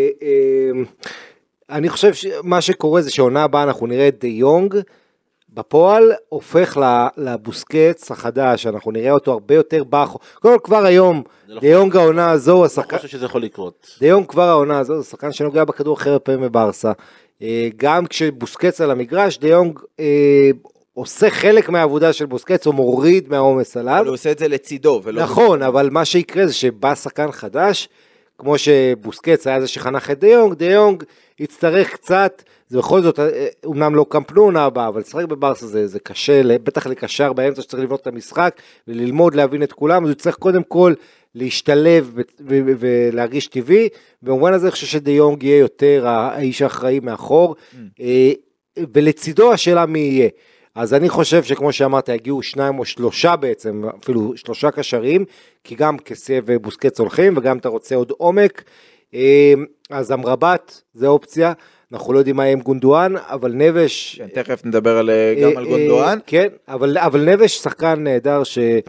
אני חושב שמה שקורה זה שעונה הבאה אנחנו נראה את די יונג, בפועל הופך לבוסקץ החדש, אנחנו נראה אותו הרבה יותר באחו, כבר היום, די יונג העונה הזו, אני חושב שזה יכול לקרות. די יונג כבר העונה הזו, זה שחקן שנוגע בכדור אחר פעמים בברסה, גם כשבוסקץ על המגרש, די יונג עושה חלק מהעבודה של בוסקץ, הוא מוריד מהעומס עליו. אבל הוא עושה את זה לצידו. נכון, אבל מה שיקרה זה שבא שחקן חדש, כמו שבוסקץ היה זה שחנך את די יונג יצטרך קצת, זה בכל זאת, אומנם לא קמפנונה הבא, אבל לשחק בברסה זה קשה, בטח לקשר באמצע שצריך לבנות את המשחק, וללמוד להבין את כולם, אז הוא צריך קודם כל להשתלב ולהרגיש טבעי, במובן הזה אני חושב שדי יונג יהיה יותר האיש האחראי מאחור, ולצידו השאלה מי יהיה. אז אני חושב שכמו שאמרת, הגיעו 2 או 3 בעצם, אפילו 3 קשרים, כי גם כסיה ובוסקץ הולכים, וגם אתה רוצה עוד עומק, אז אמרבת זה אופציה, אנחנו לא יודעים מה עם גונדואן, אבל נבש... כן, תכף נדבר גם על גונדואן. כן, אבל נבש שחקן נהדר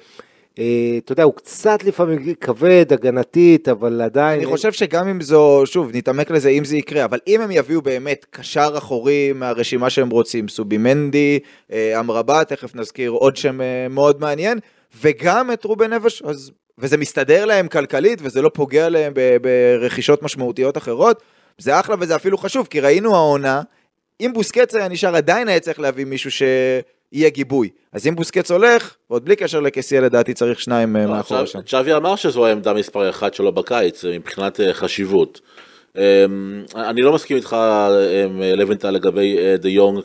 אתה יודע, הוא קצת לפעמים כבד, הגנתית, אבל עדיין... אני חושב שגם אם זו, שוב, נתעמק לזה אם זה יקרה, אבל אם הם יביאו באמת קשר אחורי מהרשימה שהם רוצים, סובימנדי, אמרבת, תכף נזכיר עוד שם מאוד מעניין, וגם את רובן נבש, וזה מסתדר להם כלכלית, וזה לא פוגע להם ברכישות משמעותיות אחרות, זה אחלה וזה אפילו חשוב, כי ראינו העונה, אם בוסקץ היה נשאר, עדיין היה צריך להביא מישהו שיהיה גיבוי. אז אם בוסקץ הולך, ועוד בלי קשר לכסיה לדעתי צריך 2 מאחורה שם. צ'אבי אמר שזו העמדה מספר 1 שלו בקיץ, מבחינת חשיבות. אני לא מסכים איתך, לבנטל, לגבי די יונג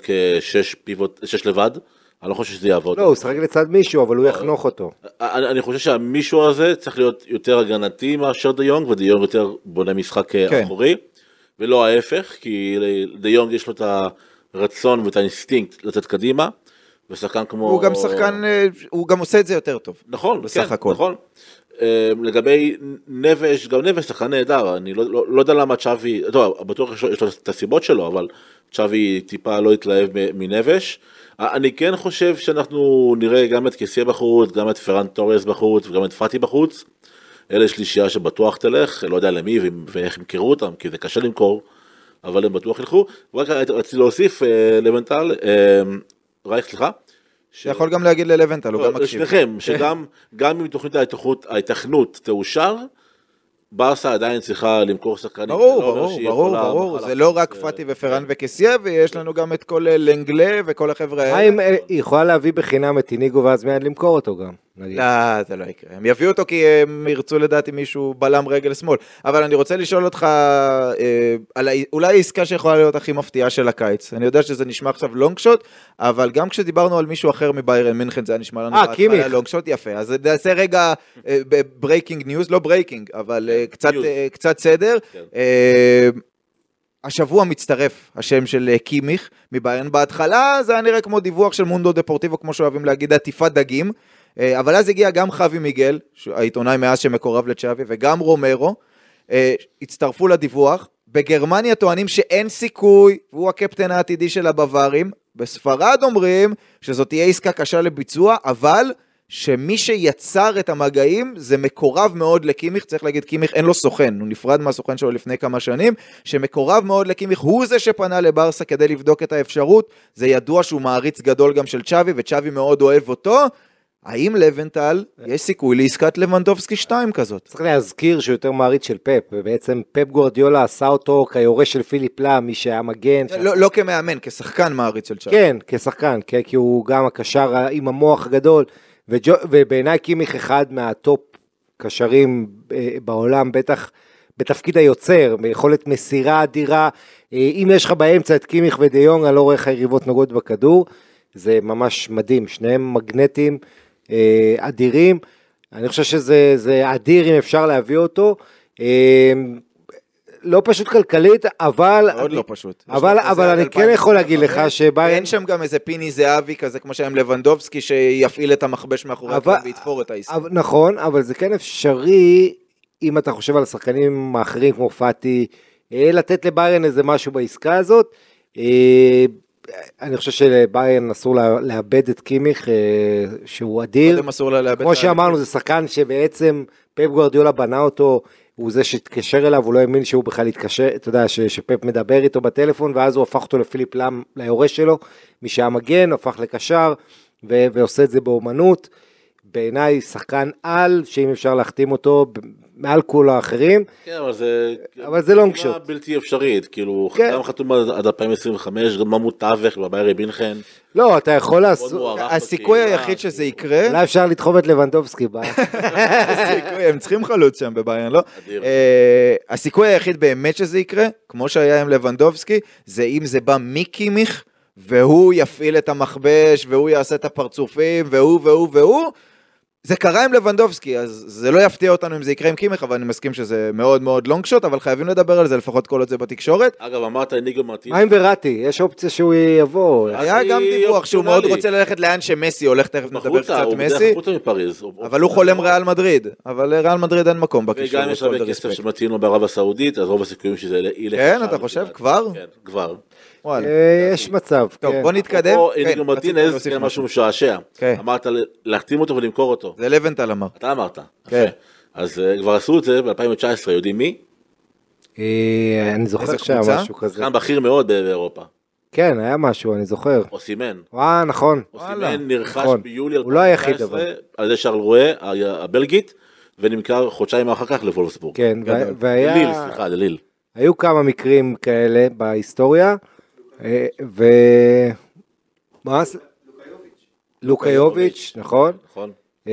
כ6 לבד. אני לא חושב שזה יעבוד. לא, הוא שחק לצד מישהו, אבל הוא יחנוך אותו. אני חושב שהמישהו הזה צריך להיות יותר הגנתי מאשר די יונג, ודי יונג יותר בונה משחק אחורי, ולא ההפך, כי די יונג יש לו את הרצון ואת האינסטינקט לצאת קדימה, ושחקן כמו... הוא גם שחקן, הוא גם עושה את זה יותר טוב. נכון, בסך כן, הכל. נכון. לגבי נבש, גם נבש שחקן נהדר, אני לא יודע למה צ'אבי, בטוח יש לו את הסיבות שלו, אבל צ'אבי טיפה לא התלהב מנבש. אני כן חושב שאנחנו נראה גם את כסיה בחוץ, גם את פרן טורס בחוץ, וגם את פאטי בחוץ. אלה שלישייה שבטוח תלך, לא יודע למי ואיך ימכרו אותם, כי זה קשה למכור, אבל הם בטוח ילכו. ורק רציתי להוסיף לבנטל, רייך, סליחה. יכול גם להגיד ללבנטל, הוא גם מקשיב. לשניכם, שגם אם תוכנית ההיתכנות תאושר, ברסה עדיין צריכה למכור שחקנים. ברור, זה לא רק פאטי ופרן וכסיה, ויש לנו גם את כל לנגלה וכל החבר'ה האלה. האם היא יכולה להביא בחינם את איניגו ואז מיד למכור אותו גם? לא, זה לא יקרה. הם יביאו אותו כי הם ירצו לדעתי מישהו בלם רגל שמאל. אבל אני רוצה לשאול אותך, אולי עסקה שיכולה להיות הכי מפתיעה של הקיץ. אני יודע שזה נשמע עכשיו לונג שוט, אבל גם כשדיברנו על מישהו אחר מביירן מינכן, זה היה נשמע לנו קימיך. לונג שוט יפה. אז נעשה רגע ברייקינג ניוז, לא ברייקינג, אבל קצת סדר. השבוע מצטרף השם של קימיך מביירן. בהתחלה זה היה נראה כמו דיווח של מונדו דפורטיבו, כמו שאוהבים להגיד, עטיפת דגים. אבל אז הגיע גם חווי מיגל, העיתונאי מאז שמקורב לצ'אבי, וגם רומרו, הצטרפו לדיווח. בגרמניה טוענים שאין סיכוי, והוא הקפטן העתידי של הבווארים. בספרד אומרים שזאת תהיה עסקה קשה לביצוע, אבל שמי שיצר את המגעים זה מקורב מאוד לקימיך. צריך להגיד, קימיך אין לו סוכן, הוא נפרד מהסוכן שלו לפני כמה שנים, שמקורב מאוד לקימיך, הוא זה שפנה לברסה כדי לבדוק את האפשרות. זה ידוע שהוא מעריץ גדול גם של צ'אבי, וצ'אבי מאוד אוהב אותו, האם לבנטל יש סיכוי לעסקת לבנדובסקי 2 כזאת? צריך להזכיר שהוא יותר מעריץ של פפ, ובעצם פפ גוארדיולה עשה אותו כיורש של פיליפ לאם, מי שהיה מגן. לא כמאמן, כשחקן מעריץ של צ'אבי. כן, כשחקן, כי הוא גם הקשר עם המוח הגדול, ובעיניי קימיך אחד מהטופ קשרים בעולם, בטח בתפקיד היוצר, ביכולת מסירה אדירה, אם יש לך באמצע את קימיך ודיונג, אני לא רואה איך היריבות נוגעות בכדור, זה ממש מדהים, שניהם מגנטים אדירים, אני חושב שזה אדיר אם אפשר להביא אותו, לא פשוט כלכלית, אבל... מאוד לא פשוט. אבל אני כן יכול להגיד לך שביירן... אין שם גם איזה פיני זהבי כזה, כמו שהם לבנדובסקי, שיפעיל את המכבש מאחורי הקו ויתפור את העסקה. נכון, אבל זה כן אפשרי, אם אתה חושב על השחקנים האחרים כמו פאטי, לתת לביירן איזה משהו בעסקה הזאת. אני חושב שלביירן אסור לאבד את קימיך, שהוא אדיר. כמו שאמרנו, זה שחקן שבעצם פפ גוארדיולה בנה אותו, הוא זה שהתקשר אליו, הוא לא האמין שהוא בכלל התקשר, אתה יודע, שפפ מדבר איתו בטלפון, ואז הוא הפך אותו לפיליפ לאם, ליורש שלו, מי שהיה מגן, הפך לקשר, ועושה את זה באומנות. בעיניי שחקן על, שאם אפשר להחתים אותו מעל כל האחרים, כן, אבל זה לונג שוט. בלתי אפשרית, כאילו, חתם חתום עד 2025, גם ממות תווך בביירן מינכן. לא, אתה יכול לעשות... הסיכוי היחיד שזה יקרה... אולי אפשר לדחוב את לבנדובסקי. הם צריכים חלוץ שם בביירן, לא? הסיכוי היחיד באמת שזה יקרה, כמו שהיה עם לבנדובסקי, זה אם זה בא מקימיך, והוא יפעיל את המכבש, והוא יעשה את הפרצופים, והוא, זה קרה עם לבנדובסקי, אז זה לא יפתיע אותנו אם זה יקרה עם קימיך, אבל אני מסכים שזה מאוד מאוד לונג שוט, אבל חייבים לדבר על זה, לפחות כל עוד זה בתקשורת. אגב, אמרת איניגו מרטינז. מה עם וראטי? יש אופציה שהוא יבוא. היה גם דיווח שהוא מאוד רוצה ללכת לאן שמסי הולך, תכף נדבר קצת מסי, אבל הוא חולם ריאל מדריד, אבל ריאל מדריד אין מקום בקישור. וגם יש הרבה כסף שמציעים לו בערב הסעודית, אז רוב הסיכויים שזה ילך. כן, אתה חושב? כבר? כן, כבר. יש מצב. טוב, בוא נתקדם. איניגו מרטינז, כן, משהו משעשע. אמרת להחתים אותו ולמכור אותו. זה לבנטל אמר. אתה אמרת. אז כבר עשו את זה ב-2019, יודעים מי? אני זוכר שהיה משהו כזה. שחקן בכיר מאוד באירופה. כן, היה משהו, אני זוכר. אוסימן. נכון. אוסימן נרכש ביולי 2019 על ידי שרל רואה, הבלגית, ונמכר חודשיים אחר כך לוולפסבורג. כן, והיה... לליל. היו כמה מקרים כאלה בהיסטוריה, לוקאיוביץ', נכון? נכון.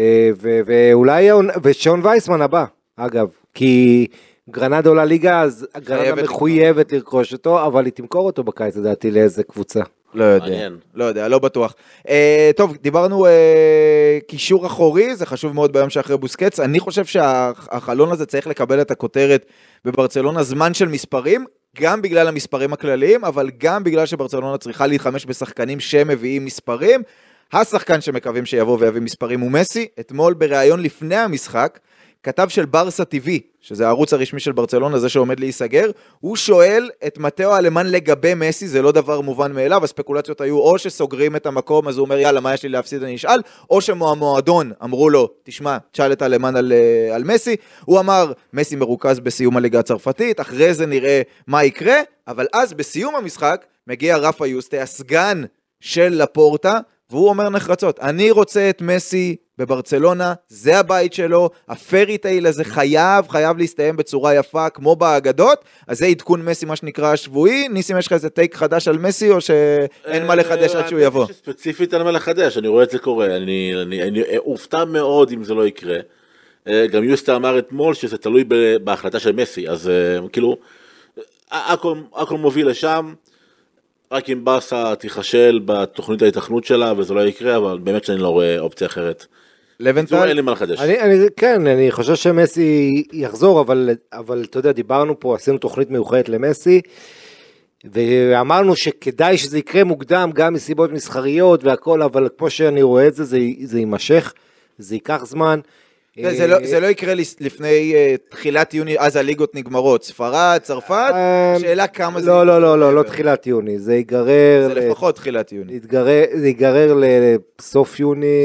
ואולי, ושון וייסמן הבא, אגב, כי גרנדה עולה ליגה, אז גרנדה מחויבת לרכוש אותו, אבל היא תמכור אותו בקיץ, לדעתי, לאיזה קבוצה. לא יודע, לא בטוח. טוב, דיברנו קישור אחורי, זה חשוב מאוד ביום שאחרי בוסקץ, אני חושב שהחלון הזה צריך לקבל את הכותרת בברצלונה, זמן של מספרים, גם בגלל המספרים הכלליים, אבל גם בגלל שברצלונה צריכה להתחמש בשחקנים שמביאים מספרים, השחקן שמקווים שיבוא ויביא מספרים הוא מסי, אתמול בריאיון לפני המשחק, כתב של ברסה TV, שזה הערוץ הרשמי של ברצלונה, זה שעומד להיסגר, הוא שואל את מתאו אלמן לגבי מסי, זה לא דבר מובן מאליו, הספקולציות היו או שסוגרים את המקום, אז הוא אומר יאללה מה יש לי להפסיד אני אשאל, או שמועמועדון אמרו לו, תשמע, תשאל את אלמן על מסי, הוא אמר, מסי מרוכז בסיום הליגה הצרפתית, אחרי זה נראה מה יקרה, אבל אז בסיום המשחק, מגיע רפה יוסטה, הסגן של לפורטה, והוא אומר נחרצות, אני רוצה את מסי בברצלונה, זה הבית שלו, הפרי טייל הזה חייב להסתיים בצורה יפה, כמו באגדות, אז זה עדכון מסי, מה שנקרא השבועי, ניסים יש לך איזה טייק חדש על מסי, או שאין מה לחדש עד שהוא יבוא? ספציפית אין מה לחדש, אני רואה את זה קורה, אני אופתע מאוד אם זה לא יקרה, גם יוסטה אמר אתמול שזה תלוי בהחלטה של מסי, אז כאילו, הכל מוביל לשם, רק אם ברסה תיחשל בתוכנית ההתכנות שלה, וזה לא יקרה, אבל באמת שאני לא רואה אופציה אחרת. לבנטל? אין לי מה לחדש. כן, אני חושב שמסי יחזור, אבל אתה יודע, דיברנו פה, עשינו תוכנית מיוחדת למסי, ואמרנו שכדאי שזה יקרה מוקדם, גם מסיבות מסחריות והכל, אבל כמו שאני רואה את זה, זה יימשך, זה ייקח זמן. זה לא יקרה לפני תחילת יוני, אז הליגות נגמרות, ספרד, צרפת, שאלה כמה זה... לא תחילת יוני, זה ייגרר... זה לפחות תחילת יוני. זה ייגרר לסוף יוני,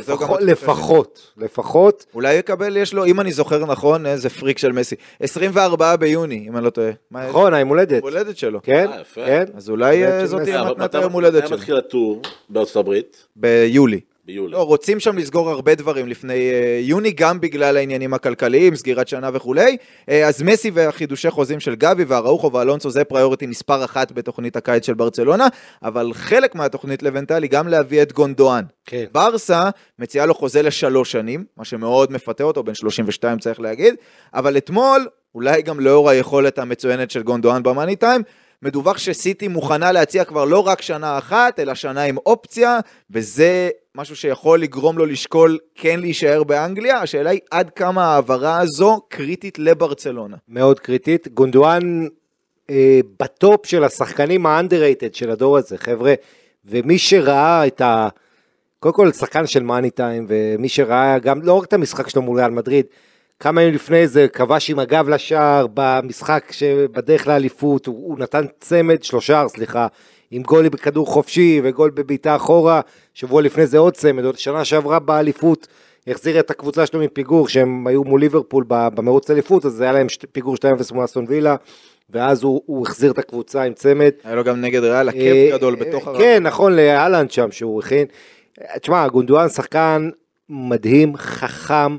לפחות. אולי יקבל, יש לו, אם אני זוכר נכון, איזה פריק של מסי, 24 ביוני, אם אני לא טועה. נכון, היום הולדת. הולדת שלו. כן. אז אולי זאת תהיה מתנת היום הולדת שלו. מתי מתחיל הטור בארצות הברית? ביולי. ביולי. לא, רוצים שם לסגור הרבה דברים לפני יוני, גם בגלל העניינים הכלכליים, סגירת שנה וכולי. אז מסי והחידושי חוזים של גבי והראוכו ואלונסו זה פריוריטי מספר 1 בתוכנית הקיץ של ברצלונה, אבל חלק מהתוכנית לבנטל היא גם להביא את גונדואן. כן. ברסה מציעה לו חוזה ל3 שנים, מה שמאוד מפתה אותו, בין 32 צריך להגיד, אבל אתמול, אולי גם לאור היכולת המצוינת של גונדואן במאני טיים, מדווח שסיטי מוכנה להציע כבר לא רק שנה אחת, אלא שנה עם אופציה, וזה משהו שיכול לגרום לו לשקול כן להישאר באנגליה. השאלה היא עד כמה העברה הזו קריטית לברצלונה. מאוד קריטית. גונדואן בטופ של השחקנים ה-underrated של הדור הזה, חבר'ה, ומי שראה את קודם כל שחקן של מאני טיים, ומי שראה גם, לא רק את המשחק שלו מול ריאל מדריד, כמה ימים לפני זה כבש עם הגב לשער במשחק שבדרך לאליפות, הוא נתן צמד, 3 עם גול בכדור חופשי וגול בביתה אחורה, שבוע לפני זה עוד צמד, עוד שנה שעברה באליפות, החזיר את הקבוצה שלו מפיגור, שהם היו מול ליברפול במרוץ אליפות, אז זה היה להם פיגור 2-0 מול אסטון וילה, ואז הוא החזיר את הקבוצה עם צמד. היה לו גם נגד ריאל, הכיף גדול בתוך הרב. כן, נכון, לאלנד שם שהוא הכין. תשמע, גונדואן שחקן מדהים, חכם,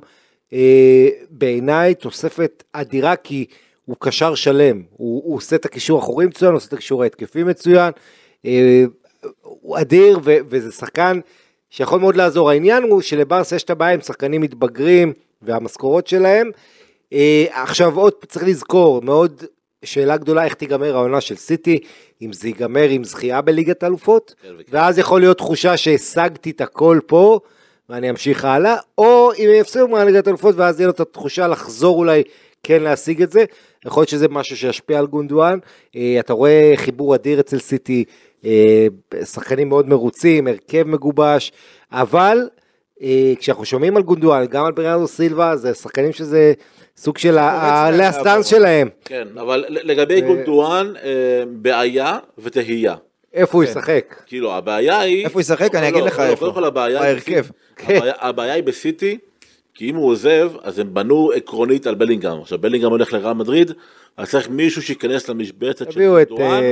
בעיניי תוספת אדירה, כי הוא קשר שלם, הוא עושה את הקישור האחורי מצוין, הוא עושה את הקישור ההתקפי מצוין, הוא אדיר, וזה שחקן שיכול מאוד לעזור. העניין הוא שלברסה יש את הבעיה עם שחקנים מתבגרים, והמשכורות שלהם. עכשיו עוד צריך לזכור, מאוד שאלה גדולה איך תיגמר העונה של סיטי, אם זה ייגמר עם זכייה בליגת אלופות, ואז יכול להיות תחושה שהשגתי את הכל פה, ואני אמשיך הלאה, או אם יפסידו מהליגת אלופות, ואז יהיה לו את התחושה לחזור אולי כן להשיג את זה, יכול להיות שזה משהו שישפיע על גונדואן. אתה רואה חיבור אדיר אצל סיטי, שחקנים מאוד מרוצים, הרכב מגובש, אבל כשאנחנו שומעים על גונדואן, גם על ברנרדו סילבה, זה שחקנים שזה סוג של הסטנס שלהם. כן, אבל לגבי גונדואן, בעיה ותהייה. איפה הוא ישחק? כאילו, הבעיה היא... איפה הוא ישחק? אני אגיד לך איפה. הבעיה היא בסיטי, כי אם הוא עוזב, אז הם בנו עקרונית על בלינגהם. עכשיו, בלינגהם הולך לריאל מדריד, אז צריך מישהו שיכנס למשבצת של גונדואן.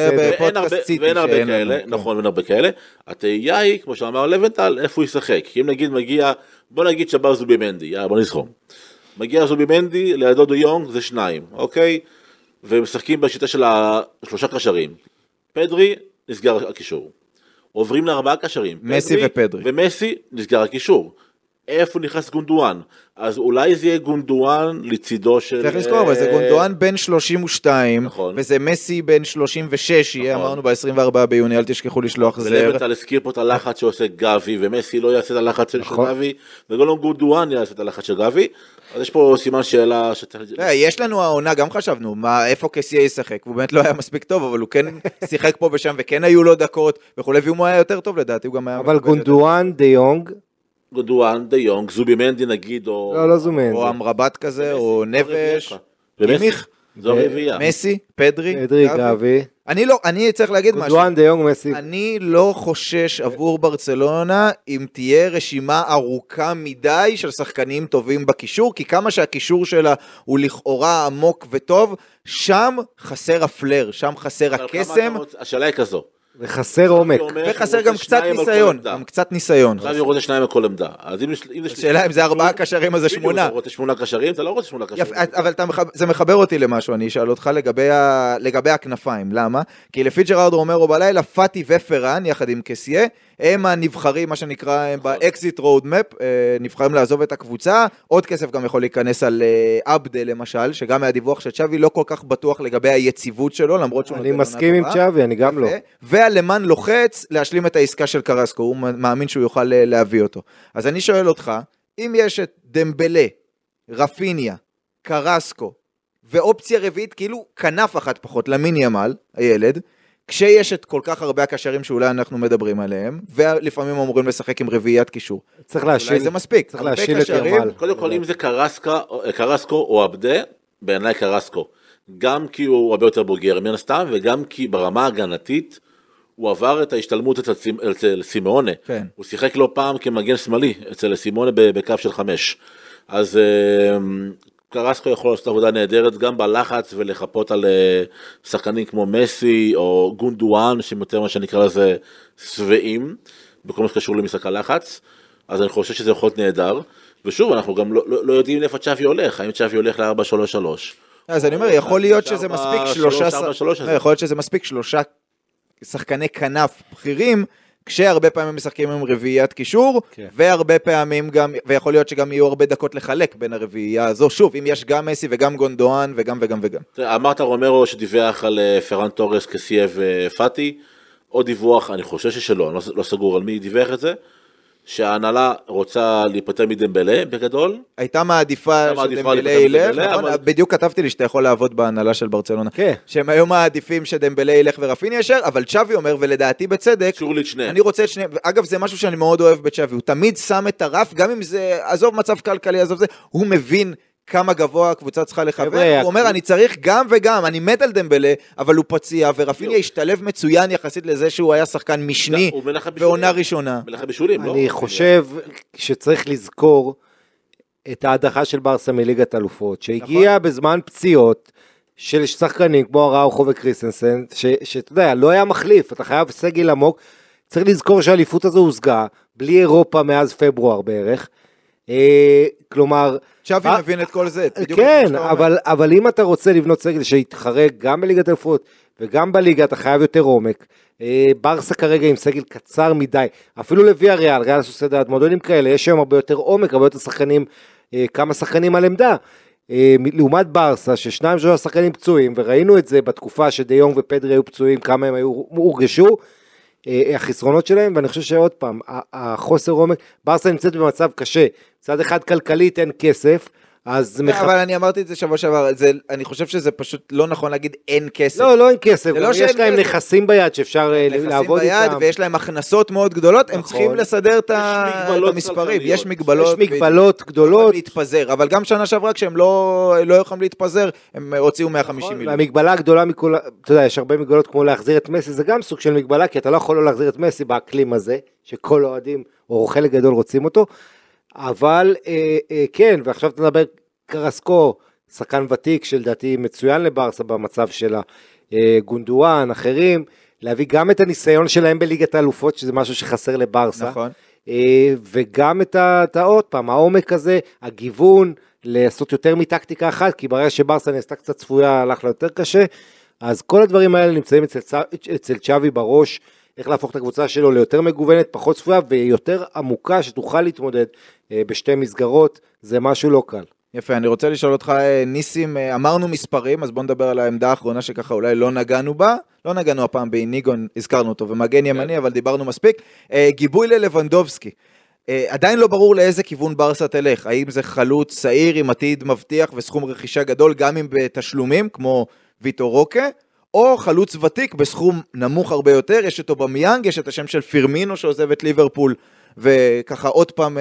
ואין הרבה כאלה, נכון, ואין הרבה כאלה. התהייה היא, כמו שאמר לבנטל, איפה הוא ישחק. כי אם נגיד מגיע, בוא נגיד שבא זובימנדי, בוא נזכור. מגיע זובימנדי, לידו דה יונג, זה 2, אוקיי? ומשחקים בשיטה של 3 קשרים. פדרי, נסגר הקישור. עוברים ל4 קשרים. מסי ופדרי. ומסי, נסגר הקישור. איפה נכנס גונדואן? אז אולי זה יהיה גונדואן לצידו של... צריך לזכור, אבל זה גונדואן בן 32, נכון. וזה מסי בן 36, יהיה אמרנו ב-24 ביוני, אל תשכחו לשלוח זר. ולבנטל הזכיר פה את הלחץ שעושה גבי, ומסי לא יעשה את הלחץ של גבי, וגם גונדואן יעשה את הלחץ של גבי, אז יש פה סימן שאלה יש לנו העונה, גם חשבנו, איפה קסיה ישחק, הוא באמת לא היה מספיק טוב, אבל הוא כן שיחק פה ושם, וכן היו לו דקות, וכולי, והוא היה יותר טוב לדעתי, הוא גם היה... אבל גונדואן, דה יונג, גונדואן, דה יונג, זובימנדי נגיד, לא זובימנדי. או אמרבט כזה, או נבש, ומיך, זו רביעייה. מסי, פדרי, גבי. אני צריך להגיד משהו. גונדואן, דה יונג, מסי. אני לא חושש עבור ברצלונה אם תהיה רשימה ארוכה מדי של שחקנים טובים בקישור, כי כמה שהקישור שלה הוא לכאורה עמוק וטוב, שם חסר הפלר, שם חסר הקסם. השאלה היא כזו. וחסר עומק. וחסר גם קצת ניסיון. גם קצת ניסיון. עכשיו הוא רוצה 2 בכל עמדה. השאלה אם זה 4 קשרים, אז זה 8. אתה רוצה 8 קשרים? אתה לא רוצה 8 קשרים. אבל זה מחבר אותי למשהו, אני אשאל אותך לגבי הכנפיים. למה? כי לפי ג'רארד רומרו בלילה, פאטי ופרן, יחד עם קסיה, הם הנבחרים, מה שנקרא, הם באקזיט רוד מפ, נבחרים לעזוב את הקבוצה, עוד כסף גם יכול להיכנס על אבדה למשל, שגם מהדיווח שצ'אבי לא כל כך בטוח לגבי היציבות שלו, למרות שהוא אני מסכים עם צ'אבי, אני גם לא. והלמן לוחץ להשלים את העסקה של קרסקו, הוא מאמין שהוא יוכל להביא אותו. אז אני שואל אותך, אם יש את דמבלה, רפיניה, קרסקו, ואופציה רביעית, כאילו כנף אחת פחות, למין ימל, הילד, כשיש את כל כך הרבה הקשרים שאולי אנחנו מדברים עליהם, ולפעמים אמורים לשחק עם רביעיית קישור. צריך להשיל. אולי זה מספיק. צריך להשיל את ימל. קודם כל, אם זה קרסקו או אבדה, בעיניי קרסקו. גם כי הוא הרבה יותר בוגר מן הסתם, וגם כי ברמה הגנתית, הוא עבר את ההשתלמות אצל סימאונה. כן. הוא שיחק לא פעם כמגן שמאלי, אצל סימאונה בקו של 5. אז קרסקו יכול לעשות עבודה נהדרת גם בלחץ ולחפות על שחקנים כמו מסי או גונדואן, שיותר מה שנקרא לזה שבעים. בכל מה שקשור למשחק הלחץ, אז אני חושב שזה יכול להיות נהדר, ושוב, אנחנו גם לא יודעים לאיפה צ'אבי הולך, האם צ'אבי הולך ל-4-3-3. אז אני אומר, יכול להיות שזה מספיק שלושה שחקני כנף בכירים, כשהרבה פעמים משחקים עם רביעיית קישור, והרבה פעמים גם, ויכול להיות שגם יהיו הרבה דקות לחלק בין הרביעייה הזו, שוב, אם יש גם מסי וגם גונדואן וגם. אמרת רומרו שדיווח על פרן טורס, קסיה ופאטי, עוד דיווח, אני חושב ששלא, אני לא סגור על מי דיווח את זה, שההנהלה רוצה להיפטר מדמבלה בגדול. הייתה מעדיפה שדמבלה ילך, נכון? בדיוק כתבתי לי שאתה יכול לעבוד בהנהלה של ברצלונה. שהם היו מעדיפים שדמבלה ילך ורפיניה ישר, אבל צ'אבי אומר, ולדעתי בצדק, אני רוצה את שניהם, אגב זה משהו שאני מאוד אוהב בצ'אבי, הוא תמיד שם את הרף, גם אם זה, עזוב מצב כלכלי, עזוב זה, הוא מבין כמה גבוה הקבוצה צריכה לכוון, הוא אומר אני צריך גם וגם, אני מת על דמבלה, אבל הוא פציע, ורפיניה השתלב מצוין יחסית לזה שהוא היה שחקן משני בעונה ראשונה. אני חושב שצריך לזכור את ההדחה של ברסה מליגת אלופות, שהגיע בזמן פציעות של שחקנים כמו ראוכו וקריסטנסן, שאתה יודע, לא היה מחליף, אתה חייב סגל עמוק, צריך לזכור שהאליפות הזו הושגה, בלי אירופה מאז פברואר בערך, כלומר, צ'אבי מבין את כל זה. כן, אבל אם אתה רוצה לבנות סגל שיתחרג גם בליגת אלופות וגם בליגה, אתה חייב יותר עומק. ברסה כרגע עם סגל קצר מדי, אפילו לוויה ריאל, ריאל סוסיידד, מועדונים כאלה, יש היום הרבה יותר עומק, הרבה יותר שחקנים, כמה שחקנים על עמדה. לעומת ברסה, ששניים שלושה שחקנים פצועים, וראינו את זה בתקופה שדיונג ופדרי היו פצועים, כמה הם היו הורגשו, החסרונות שלהם, ואני חושב שעוד פעם, החוסר עומק, ברסה נמצאת במצב קשה, צד אחד כלכלית אין כסף, אז אבל אני אמרתי את זה שבוע שעבר, אני חושב שזה פשוט לא נכון להגיד אין כסף. לא אין כסף, יש להם נכסים ביד שאפשר לעבוד איתם. ויש להם הכנסות מאוד גדולות, הם צריכים לסדר את המספרים, יש מגבלות גדולות. להתפזר, אבל גם שנה שעברה כשהם לא יכולים להתפזר, הם הוציאו 150 מיליון. והמגבלה הגדולה מכל, אתה יודע, יש הרבה מגבלות כמו להחזיר את מסי, זה גם סוג של מגבלה, כי אתה לא יכול להחזיר את מסי באקלים הזה, שכל אוהדים או חלק גדול רוצים אותו. אבל כן, ועכשיו אתה מדבר קרסקו, שחקן ותיק שלדעתי מצוין לברסה במצב שלה, גונדואן, אחרים, להביא גם את הניסיון שלהם בליגת האלופות, שזה משהו שחסר לברסה, נכון. וגם את עוד פעם, העומק הזה, הגיוון, לעשות יותר מטקטיקה אחת, כי ברגע שברסה נעשתה קצת צפויה, הלך לה יותר קשה, אז כל הדברים האלה נמצאים אצל צ'אבי בראש, איך להפוך את הקבוצה שלו ליותר מגוונת, פחות צפויה ויותר עמוקה שתוכל להתמודד בשתי מסגרות, זה משהו לא קל. יפה, אני רוצה לשאול אותך, ניסים, אמרנו מספרים, אז בוא נדבר על העמדה האחרונה שככה אולי לא נגענו בה, לא נגענו הפעם באיניגון, הזכרנו אותו, ומגן ימני, אבל דיברנו מספיק, גיבוי ללבנדובסקי, עדיין לא ברור לאיזה כיוון ברסה תלך, האם זה חלוץ צעיר עם עתיד מבטיח וסכום רכישה גדול, גם אם בתשלומים, כמו ויטור רוקה, או חלוץ ותיק בסכום נמוך הרבה יותר, יש את אובמיאנג, יש את השם של פירמינו שעוזב את ליברפול, וככה עוד פעם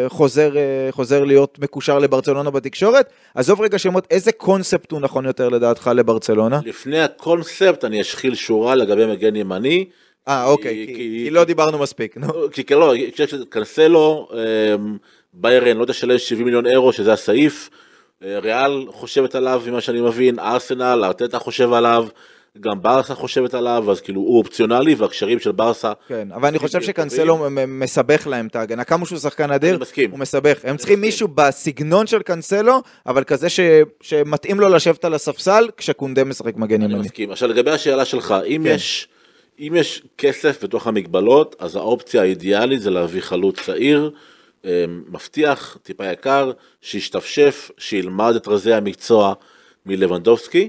חוזר להיות מקושר לברצלונה בתקשורת. עזוב רגע שמות, איזה קונספט הוא נכון יותר לדעתך לברצלונה? לפני הקונספט אני אשחיל שורה לגבי מגן ימני. אוקיי, כי לא דיברנו מספיק. כי לא, קנסלו, ביירן לא תשלם 70 מיליון אירו, שזה הסעיף, ריאל חושבת עליו, ממה שאני מבין, ארסנל, ארטטה חושב עליו, גם ברסה חושבת עליו, אז כאילו הוא אופציונלי, והקשרים של ברסה... כן, אבל אני חושב שקנסלו מסבך להם את ההגנה, כמה שהוא שחקן אדיר, הוא מסבך. הם צריכים מישהו בסגנון של קנסלו, אבל כזה שמתאים לו לשבת על הספסל, כשקונדה משחק מגן ימני. אני מסכים. עכשיו לגבי השאלה שלך, אם יש כסף בתוך המגבלות, אז האופציה האידיאלית זה להביא חלוץ צעיר, מבטיח, טיפה יקר, שישתפשף, שילמד את רזי המקצוע מלבנדובסקי,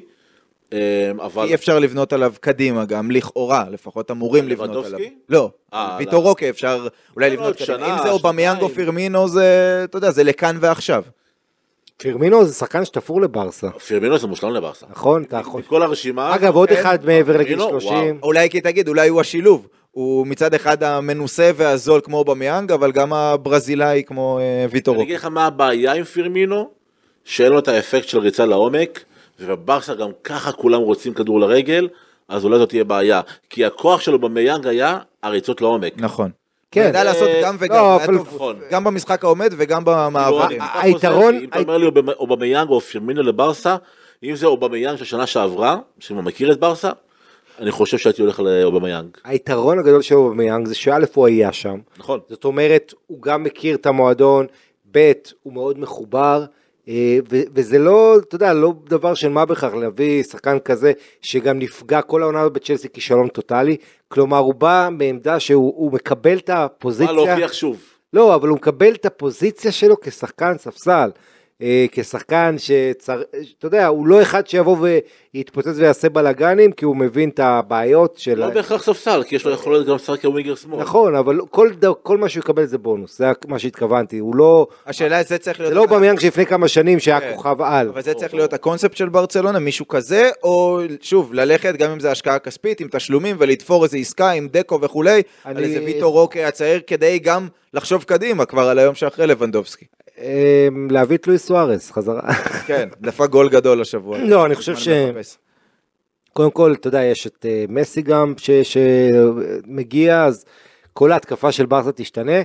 אי אפשר לבנות עליו קדימה גם, לכאורה, לפחות אמורים לבנות עליו. לא, ויטור רוקה אפשר אולי לבנות קדימה. אם זה אובמיאנג או פירמינו, זה, אתה יודע, זה לכאן ועכשיו. פירמינו זה שחקן שתפור לברסה. פירמינו זה מושלם לברסה. נכון, אתה יכול. כל הרשימה. אגב, עוד אחד מעבר לגיל 30. אולי כי תגיד, אולי הוא השילוב. הוא מצד אחד המנוסה והזול כמו אובמיאנג, אבל גם הברזילאי כמו ויטור רוקה. אני אגיד לך מה הבעיה עם פירמינו, שאין לו את האפקט של ריצה לעומק, ובברסה גם ככה כולם רוצים כדור לרגל, אז אולי זאת תהיה בעיה. כי הכוח שלו במיינג היה הריצות לעומק. נכון. כן. ידע לעשות גם וגם. גם במשחק העומד וגם במעברים. היתרון... אם אתה אומר לי אובמיאנג או פירמינו לברסה, אם זה אובמיאנג של שנה שעברה, שאתה מכיר את ברסה, אני חושב שהייתי הולך לאובמיאנג. היתרון הגדול של אובמיאנג זה שא' הוא היה שם. נכון. זאת אומרת, הוא גם מכיר את המועדון, ב' הוא מאוד מחובר, וזה לא, אתה יודע, לא דבר של מה בכך להביא שחקן כזה, שגם נפגע כל העונה בצ'לסי כישלון טוטלי, כלומר הוא בא בעמדה שהוא מקבל את הפוזיציה. מה להוכיח שוב? לא, אבל הוא מקבל את הפוזיציה שלו כשחקן ספסל, כשחקן שאתה יודע, הוא לא אחד שיבוא ויתפוצץ ויעשה בלגנים, כי הוא מבין את הבעיות של... לא בהכרח ספסל, כי יש לו יכולת גם לשחק כווינגר שמאל. נכון, אבל כל מה שהוא יקבל זה בונוס, זה מה שהתכוונתי, הוא לא... השאלה זה צריך להיות... זה לא אובמיאנג שלפני כמה שנים שהיה כוכב על. אבל זה צריך להיות הקונספט של ברצלונה, מישהו כזה, או שוב, ללכת גם אם זה השקעה כספית, עם תשלומים, ולתפור איזו עסקה עם דקו וכולי, על איזה ויטור רוקה הצעיר, כדי גם לחשוב קדימה, כבר על היום שאחרי לבנדובסקי. להביא את לואיס סוארז, חזרה. כן, דפק גול גדול השבוע. לא, אני חושב ש... קודם כל, אתה יודע, יש את מסי גם שמגיע, אז כל ההתקפה של ברסה תשתנה.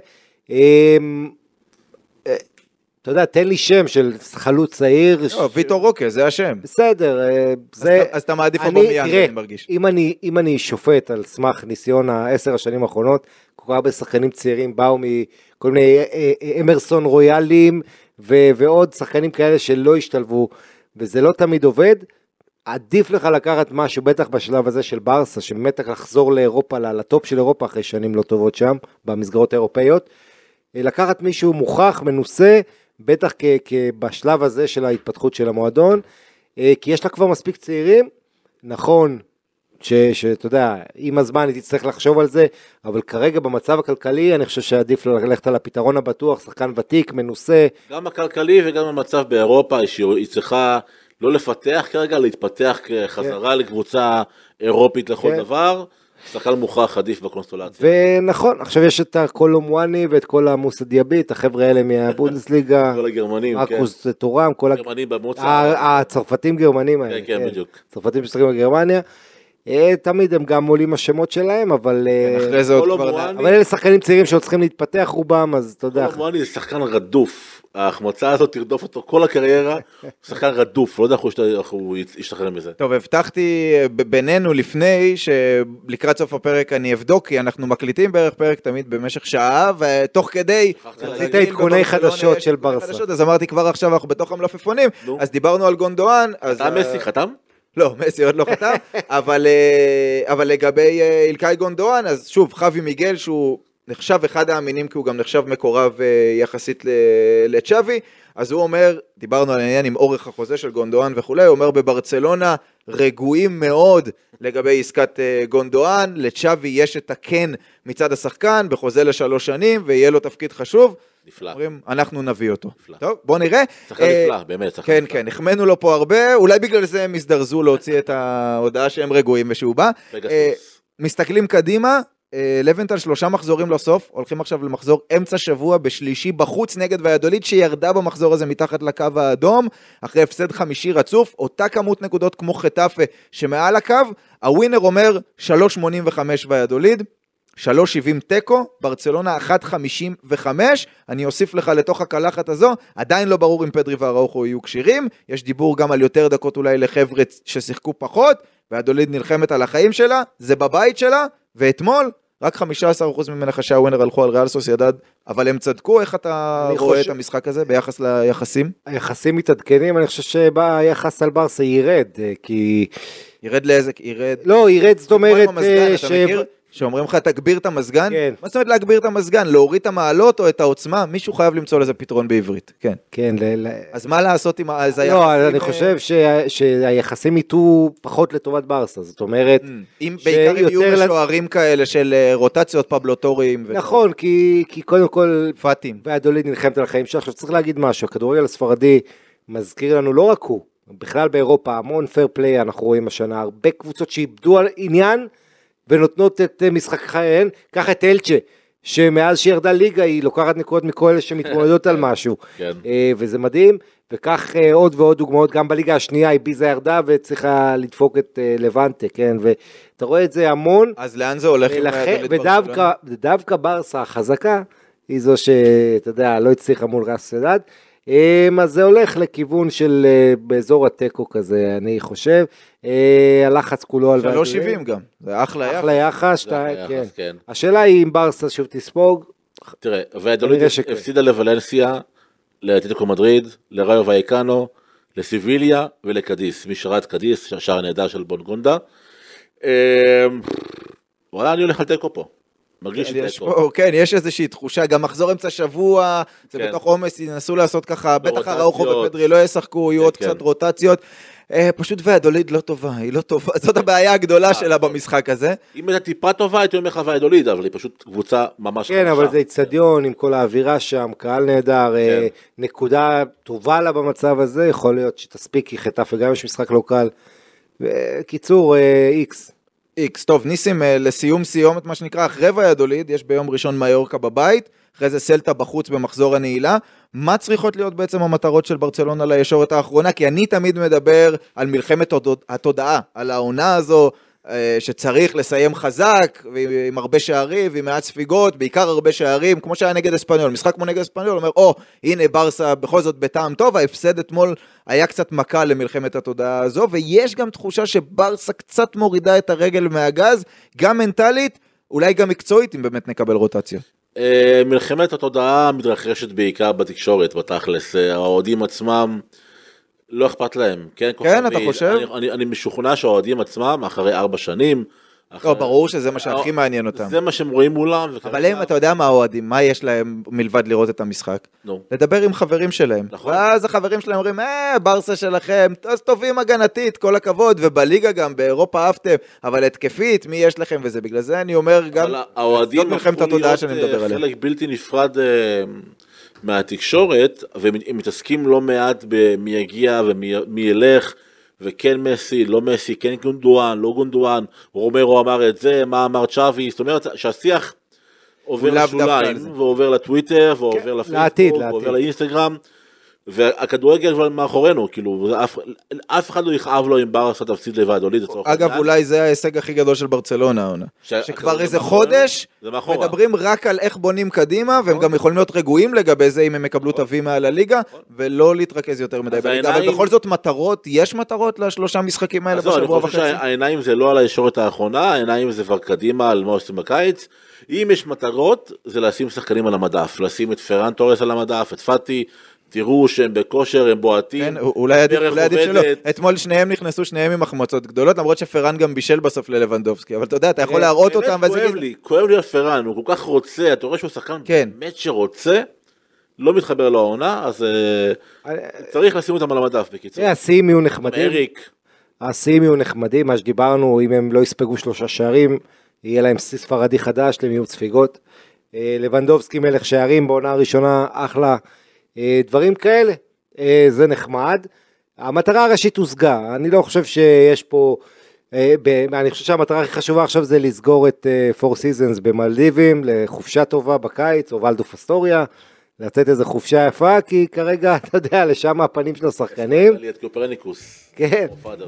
אתה יודע, תן לי שם של חלוץ צעיר. לא, ויטור רוקה, זה השם. בסדר. אז אתה מעדיף אובמיאנג, אני מרגיש. אם אני שופט על סמך ניסיון 10 השנים האחרונות, כל כך הרבה שחקנים צעירים באו מכל מיני אמרסון רויאלים, ועוד שחקנים כאלה שלא השתלבו, וזה לא תמיד עובד. עדיף לך לקחת משהו, בטח בשלב הזה של ברסה, שבאמת לחזור לאירופה, לטופ של אירופה אחרי שנים לא טובות שם, במסגרות האירופאיות, לקחת מישהו מוכח, מנוסה, בטח בשלב הזה של ההתפתחות של המועדון, כי יש לה כבר מספיק צעירים, נכון, שאתה יודע, עם הזמן היא תצטרך לחשוב על זה, אבל כרגע במצב הכלכלי, אני חושב שעדיף ללכת על הפתרון הבטוח, שחקן ותיק, מנוסה. גם הכלכלי וגם המצב באירופה, היא צריכה לא לפתח כרגע, להתפתח חזרה לקבוצה אירופית לכל דבר, שחקן מוכח עדיף בקונסטולציה. ונכון, עכשיו יש את הקולומואני ואת כל המוסא דיאביט, החבר'ה האלה מהבונדסליגה, כל הגרמנים, אקוס טורם, כל הגרמנים במוצא. הצרפתים גרמנים האלה, כן, בדיוק. צרפתים ששחקים בגרמניה, תמיד הם גם עולים השמות שלהם, אבל אלה שחקנים צעירים שעוד צריכים להתפתח רובם, אז אתה יודע. קולומואני זה שחקן רדוף, ההחמצה הזאת תרדוף אותו כל הקריירה, שחקן רדוף, לא יודע איך הוא ישתחרר מזה. טוב, הבטחתי בינינו לפני שלקראת סוף הפרק אני אבדוק, כי אנחנו מקליטים בערך פרק תמיד במשך שעה, ותוך כדי... עשית עדכוני חדשות של ברסה. אז אמרתי כבר עכשיו אנחנו בתוך המלפפונים, אז דיברנו על גונדואן. אתה מסי חתם? לא, מסי עוד לא חתם, אבל לגבי אילקאי גונדואן, אז שוב, חווי מיגל שהוא נחשב אחד האמינים, כי הוא גם נחשב מקורב יחסית לצ'אבי, אז הוא אומר, דיברנו על העניין עם אורך החוזה של גונדואן וכולי, הוא אומר בברצלונה רגועים מאוד לגבי עסקת גונדואן, לצ'אבי יש את הכן מצד השחקן, בחוזה ל3 שנים, ויהיה לו תפקיד חשוב, נפלא. אומרים, אנחנו נביא אותו. נפלא. טוב, בוא נראה. שחקן נפלא, באמת. כן, כן, החמנו לו פה הרבה, אולי בגלל זה הם הזדרזו להוציא את ההודעה שהם רגועים ושהוא בא. מסתכלים קדימה, לבנטל 3 מחזורים לסוף, הולכים עכשיו למחזור אמצע שבוע בשלישי בחוץ נגד ויאדוליד שירדה במחזור הזה מתחת לקו האדום, אחרי הפסד 5 רצוף, אותה כמות נקודות כמו חטאפה שמעל הקו, הווינר אומר 3.85 ויאדוליד, 3.70 טקו, ברצלונה 1.55, אני אוסיף לך לתוך הקלחת הזו, עדיין לא ברור אם פדרי ואראוחו יהיו קשירים, יש דיבור גם על יותר דקות אולי לחבר'ה ששיחקו פחות, ויאדוליד נלחמת על החיים שלה, זה בבית שלה, ואתמול רק 15% ממנחשי הווינר הלכו על ריאל סוסיידד, אבל הם צדקו, איך אתה רואה את המשחק הזה ביחס ליחסים? היחסים מתעדכנים, אני חושב שהיחס על ברסה ירד, כי... ירד לאיזה? ירד... לא, ירד, זאת אומרת... שאומרים לך תגביר את המזגן, כן. מה זאת אומרת להגביר את המזגן? להוריד את המעלות או את העוצמה? מישהו חייב למצוא לזה פתרון בעברית, כן. כן, אז מה לעשות עם היחסים? לא, אני חושב שהיחסים יתו פחות לטובת ברסה, זאת אומרת... בעיקר אם יהיו משוערים כאלה של רוטציות פבלוטוריים. נכון, כי קודם כל... פאטים. ויאדוליד נלחמת על החיים שלך, עכשיו צריך להגיד משהו, הכדורגל הספרדי מזכיר לנו לא רק הוא, בכלל באירופה, המון פייר פליי אנחנו רואים השנה, הרבה קבוצות שאיבדו על עניין, ונותנות את משחק חייהן, קח את אלצ'ה, שמאז שירדה ליגה היא לוקחת נקודות מכל אלה שמתמודדות על משהו, וזה מדהים, וכך עוד ועוד דוגמאות, גם בליגה השנייה, ביזה ירדה וצריכה לדפוק את לבנטה, כן, ואתה רואה את זה המון, אז לאן זה הולך? ודווקא ברסה החזקה, היא זו שאתה יודע, לא הצליחה מול ריאל סוסיידד, אז זה הולך לכיוון של באזור הטקו כזה, אני חושב. הלחץ כולו על... 3.70 גם, זה אחלה יחס. אחלה יחס, כן. כן. השאלה היא אם ברסה שוב תספוג. תראה, והדולית הפסידה לוולנסיה, לאתלטיקו מדריד, לראיו וייקנו, לסיביליה ולקדיס. מי שראה את קדיס, שער הנהדר של בונגונדה. וואלה, אני הולך על תיקו פה. מרגיש תיקו. כן, יש איזושהי תחושה, גם מחזור אמצע שבוע, זה בתוך עומס, ינסו לעשות ככה, בטח הראוכו ופדרי לא ישחקו, יהיו עוד קצת רוטציות. פשוט והדוליד לא טובה, היא לא טובה, זאת הבעיה הגדולה שלה במשחק הזה. אם הייתה טיפה טובה, הייתי אומר לך והדוליד, אבל היא פשוט קבוצה ממש כן, אבל זה אצטדיון עם כל האווירה שם, קהל נהדר, נקודה טובה לה במצב הזה, יכול להיות שתספיק כי חטף וגם יש משחק לא קל. קיצור, איקס. איקס, טוב, ניסים, לסיום סיומת מה שנקרא, אחרי והדוליד, יש ביום ראשון מיורקה בבית, אחרי זה סלטה בחוץ במחזור הנעילה, מה צריכות להיות בעצם המטרות של ברצלונה לישורת האחרונה? כי אני תמיד מדבר על מלחמת התודעה, על העונה הזו, שצריך לסיים חזק, עם הרבה שערים, ועם מעט ספיגות, בעיקר הרבה שערים, כמו שהיה נגד אספניול, משחק כמו נגד אספניול, אומר, הנה ברסה בכל זאת בטעם טוב, ההפסד אתמול היה קצת מכה למלחמת התודעה הזו, ויש גם תחושה שברסה קצת מורידה את הרגל מהגז, גם מנטלית, אולי גם מקצועית, אם באמת נקבל רוטציה. מלחמת התודעה מתרחשת בעיקר בתקשורת, בתכלס, האוהדים עצמם, לא אכפת להם, כן? כן, אתה חושב? אני משוכנע שהאוהדים עצמם, אחרי 4 שנים... לא, ברור שזה מה שהכי מעניין אותם. זה מה שהם רואים מולם. אבל הם, אתה יודע מה האוהדים, מה יש להם מלבד לראות את המשחק? לדבר עם חברים שלהם. ואז החברים שלהם אומרים, ברסה שלכם, אז טובים הגנתית, כל הכבוד, ובליגה גם, באירופה אהבתם, אבל התקפית, מי יש לכם? וזה בגלל זה אני אומר גם, זאת מלחמת התודעה שאני מדבר עליה. חלק בלתי נפרד מהתקשורת, והם מתעסקים לא מעט במי יגיע ומי ילך, וכן מסי, לא מסי, כן גונדואן, לא גונדואן, רומרו אמר את זה, מה אמר צ'אבי, זאת אומרת שהשיח עובר לשוליים, ועובר לטוויטר, ועובר לפייסבוק, ועובר לאינסטגרם, והכדורגל כבר מאחורינו, כאילו, אף אחד לא יכאב לו אם ברסה תפסיד לוועדוליד. אגב, אולי זה ההישג הכי גדול של ברצלונה, העונה. שכבר איזה חודש, מדברים רק על איך בונים קדימה, והם גם יכולים להיות רגועים לגבי זה, אם הם יקבלו תווים מעל הליגה, ולא להתרכז יותר מדי בליגה. אבל בכל זאת מטרות, יש מטרות לשלושה משחקים האלה בשבוע וחצי? אני חושב שהעיניים זה לא על הישורת האחרונה, העיניים זה כבר קדימה על מה עושים בקיץ. אם יש מטרות, זה לשים שחקנים על המדף, לשים את פרן טורס על המדף, את פאטי, תראו שהם בכושר, הם בועטים. כן, אולי עדיף שלא. אתמול שניהם נכנסו, שניהם עם החמצות גדולות, למרות שפרן גם בישל בסוף ללבנדובסקי, אבל אתה יודע, אתה יכול להראות אותם. כואב לי הפרן, הוא כל כך רוצה, אתה רואה שהוא שחקן באמת שרוצה, לא מתחבר לו העונה, אז צריך לשים אותם על המדף בקיצור. השיאים יהיו נחמדים. השיאים יהיו נחמדים, מה שדיברנו, אם הם לא יספגו 3 שערים, יהיה להם שיא ספרדי חדש למיעוט ספיגות. לבנדובסקי מלך שערים בעונה הראשונה, אחלה. דברים כאלה, זה נחמד. המטרה הראשית הושגה, אני לא חושב שיש פה, אני חושב שהמטרה הכי חשובה עכשיו זה לסגור את Four Seasons במלדיבים, לחופשה טובה בקיץ, או ולדו פסטוריה, לצאת איזו חופשה יפה, כי כרגע, אתה יודע, לשם הפנים של השחקנים. ליד קופרניקוס. כן.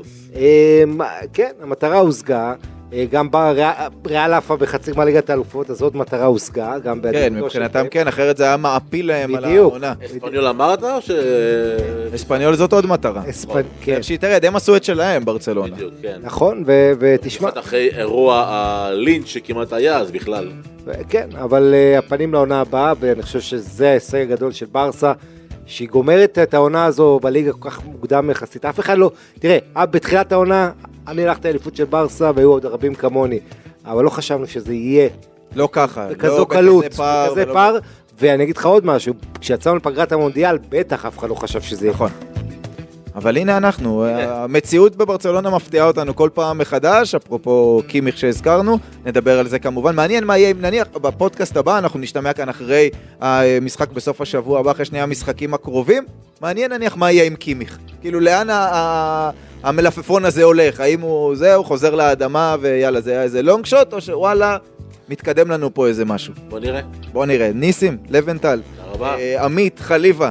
כן, המטרה הושגה. גם ריאל עפה בחצי גמר ליגת האלופות, אז עוד מטרה הושגה, גם כן, מבחינתם כן, אחרת זה היה מעפיל להם על העונה. אספניול אמרת או ש... אספניול זאת עוד מטרה. שתרד, הם עשו את שלהם, ברצלונה. נכון, ותשמע. אחרי אירוע הלינץ' שכמעט היה, אז בכלל. כן, אבל הפנים לעונה הבאה, ואני חושב שזה ההישג הגדול של ברסה, שהיא גומרת את העונה הזו בליגה כל כך מוקדם יחסית. אף אחד לא, תראה, בתחילת העונה, אני הלכתי האליפות של ברסה, והיו עוד רבים כמוני, אבל לא חשבנו שזה יהיה. לא ככה. בכזו קלות, בכזה פער, ואני אגיד לך עוד משהו, כשיצאנו לפגרת המונדיאל, בטח אף אחד לא חשב שזה יהיה. נכון. אבל הנה אנחנו, המציאות בברצלונה מפתיעה אותנו כל פעם מחדש, אפרופו קימיך שהזכרנו, נדבר על זה כמובן. מעניין מה יהיה אם נניח בפודקאסט הבא, אנחנו נשתמע כאן אחרי המשחק בסוף השבוע הבא, אחרי שני המשחקים הקרובים, מעניין נניח מה יהיה עם קימיך. כאילו לאן המלפפון הזה הולך, האם הוא זהו, חוזר לאדמה ויאללה זה היה איזה לונג שוט, או שוואלה, מתקדם לנו פה איזה משהו. בוא נראה. ניסים, לבנטל, עמית, חליבה,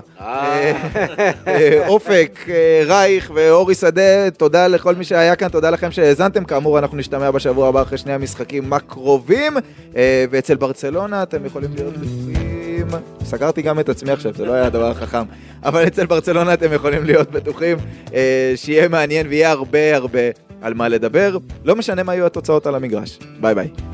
אופק, רייך ואורי שדה, תודה לכל מי שהיה כאן, תודה לכם שהאזנתם, כאמור אנחנו נשתמע בשבוע הבא אחרי שני המשחקים הקרובים, ואצל ברצלונה אתם יכולים להיות לפי בטוחים, סגרתי גם את עצמי עכשיו, זה לא היה הדבר החכם, אבל אצל ברצלונה אתם יכולים להיות בטוחים שיהיה מעניין ויהיה הרבה על מה לדבר, לא משנה מה יהיו התוצאות על המגרש. ביי ביי.